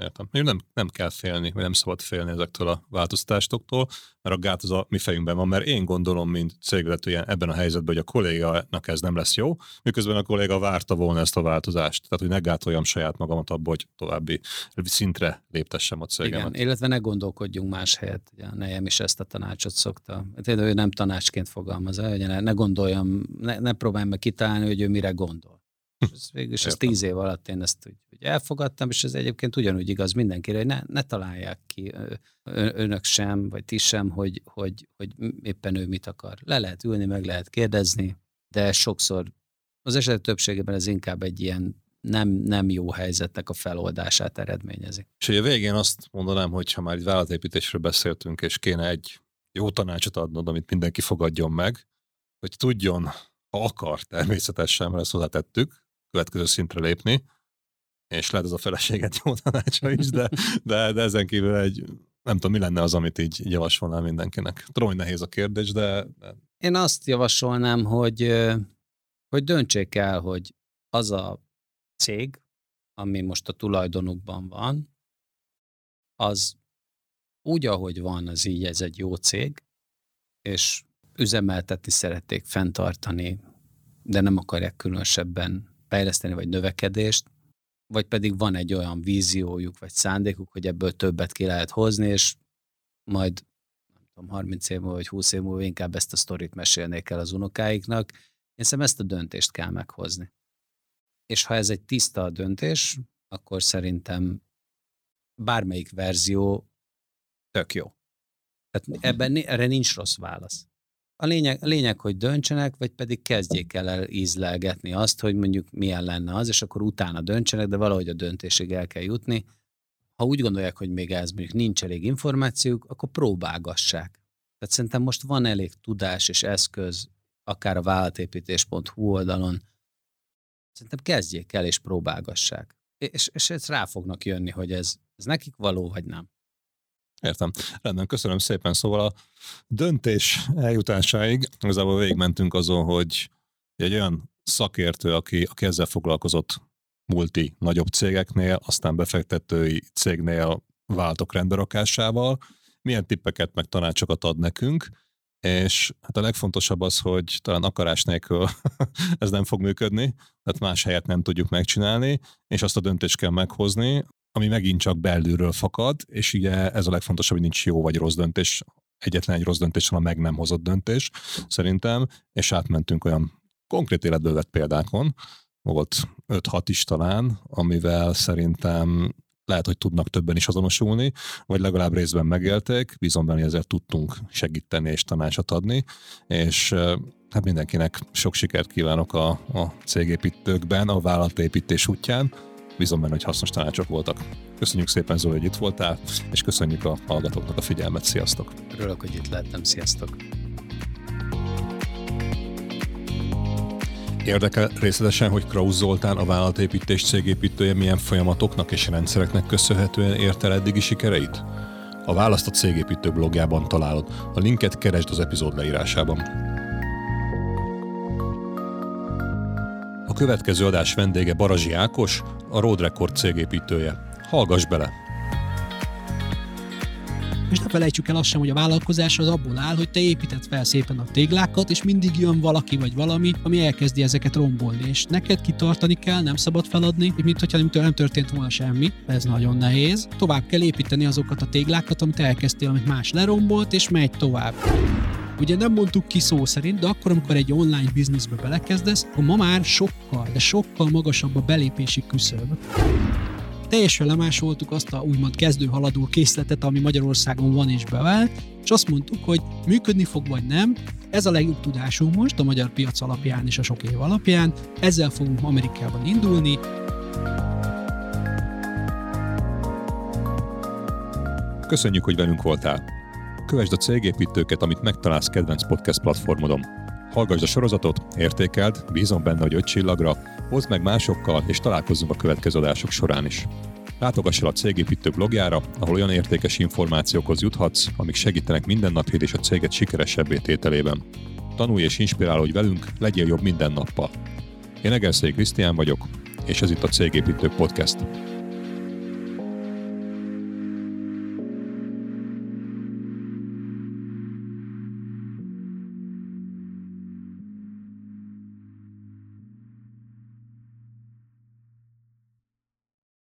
Értem. Nem kell félni, vagy nem szabad félni ezektől a változtatásoktól, mert a gát az a mi fejünkben van, mert én gondolom, mint cégvezető ebben a helyzetben, hogy a kollégának ez nem lesz jó, miközben a kolléga várta volna ezt a változást. Tehát, hogy ne gátoljam saját magamat abba, hogy további szintre léptessem a cégemet. Igen, illetve ne gondolkodjunk más helyet. Ugye a nejem is ezt a tanácsot szokta. Tényleg ő nem tanácsként fogalmaz, hogy ne gondoljam, ne próbálj meg kitalálni, hogy ő mire gondol. Végülis ez 10 év alatt én ezt úgy elfogadtam, és ez egyébként ugyanúgy igaz mindenkire, hogy ne találják ki önök sem, vagy ti sem, hogy éppen ő mit akar. Le lehet ülni, meg lehet kérdezni, de sokszor az esetek többségében ez inkább egy ilyen nem jó helyzetnek a feloldását eredményezi. És a végén azt mondanám, hogy ha már egy vállalatépítésről beszéltünk, és kéne egy jó tanácsot adnod, amit mindenki fogadjon meg, hogy tudjon, ha akar természetesen, mert ezt hozzátettük, következő szintre lépni, és lehet ez a feleséget jó tanácsa is, de ezen kívül nem tudom, mi lenne az, amit így javasolnál mindenkinek. Tudom, hogy nehéz a kérdés, de... Én azt javasolnám, hogy döntsék el, hogy az a cég, ami most a tulajdonukban van, az úgy, ahogy van, az így, ez egy jó cég, és üzemeltetni szerették, fenntartani, de nem akarják különösebben fejleszteni vagy növekedést, vagy pedig van egy olyan víziójuk, vagy szándékuk, hogy ebből többet ki lehet hozni, és majd nem tudom, 30 év múlva, vagy 20 év múlva inkább ezt a sztorit mesélnék el az unokáiknak. Én szerintem ezt a döntést kell meghozni. És ha ez egy tiszta döntés, akkor szerintem bármelyik verzió tök jó. Tehát erre nincs rossz válasz. A lényeg, hogy döntsenek, vagy pedig kezdjék el ízlelgetni azt, hogy mondjuk milyen lenne az, és akkor utána döntsenek, de valahogy a döntésig el kell jutni. Ha úgy gondolják, hogy még ez mondjuk nincs elég információk, akkor próbálgassák. Tehát szerintem most van elég tudás és eszköz, akár a vállalatépítés.hu oldalon. Szerintem kezdjék el és próbálgassák. És ezt rá fognak jönni, hogy ez nekik való, vagy nem. Értem. Rendben, köszönöm szépen. Szóval a döntés eljutásáig igazából végigmentünk azon, hogy egy olyan szakértő, aki ezzel foglalkozott multi nagyobb cégeknél, aztán befektetői cégnél váltok rendberakásával, milyen tippeket meg tanácsokat ad nekünk, és hát a legfontosabb az, hogy talán akarás nélkül ez nem fog működni, tehát más helyet nem tudjuk megcsinálni, és azt a döntést kell meghozni, ami megint csak belülről fakad, és ugye ez a legfontosabb, hogy nincs jó vagy rossz döntés, egyetlen egy rossz döntés van a meg nem hozott döntés, szerintem, és átmentünk olyan konkrét életből vett példákon, volt 5-6 is talán, amivel szerintem lehet, hogy tudnak többen is azonosulni, vagy legalább részben megélték, bízom benne, hogy ezzel tudtunk segíteni és tanácsot adni, és hát mindenkinek sok sikert kívánok a cégépítőkben, a vállalatépítés útján, bízom benne, hogy hasznos tanácsok voltak. Köszönjük szépen, Zoli, hogy itt voltál, és köszönjük a hallgatóknak a figyelmet. Sziasztok! Örülök, hogy itt lehettem. Sziasztok! Érdekel részletesen, hogy Krausz Zoltán, a vállalatépítés cégépítője milyen folyamatoknak és rendszereknek köszönhetően ért el eddigi sikereit? A Választ a Cégépítő blogjában találod. A linket keresd az epizód leírásában. A következő adás vendége Barazsi Ákos, a Road Record cégépítője. Hallgass bele! És ne felejtsük el azt sem, hogy a vállalkozás az abból áll, hogy te építed fel szépen a téglákat, és mindig jön valaki vagy valami, ami elkezdi ezeket rombolni, és neked kitartani kell, nem szabad feladni, mint hogyha nem történt volna semmi, ez nagyon nehéz. Tovább kell építeni azokat a téglákat, amit elkezdtél, amit más lerombolt, és megy tovább. Ugye nem mondtuk ki szó szerint, de akkor, amikor egy online bizniszbe belekezdesz, akkor ma már sokkal magasabb a belépési küszöb. Teljesen lemásoltuk azt a úgymond kezdő-haladó készletet, ami Magyarországon van és bevált, és azt mondtuk, hogy működni fog vagy nem. Ez a legjobb tudásunk most a magyar piac alapján és a sok év alapján. Ezzel fogunk Amerikában indulni. Köszönjük, hogy velünk voltál! Kövesd a cégépítőket, amit megtalálsz kedvenc podcast platformodon. Hallgassd a sorozatot, értékeld, bízom benne, hogy 5 csillagra, hozd meg másokkal, és találkozzunk a következő adások során is. Látogass el a Cégépítő blogjára, ahol olyan értékes információkhoz juthatsz, amik segítenek mindennapjét és a céget sikeresebbé tételében. Tanulj és inspirálódj velünk, legyél jobb minden nappal. Én Egerszegi Krisztián vagyok, és ez itt a Cégépítő Podcast.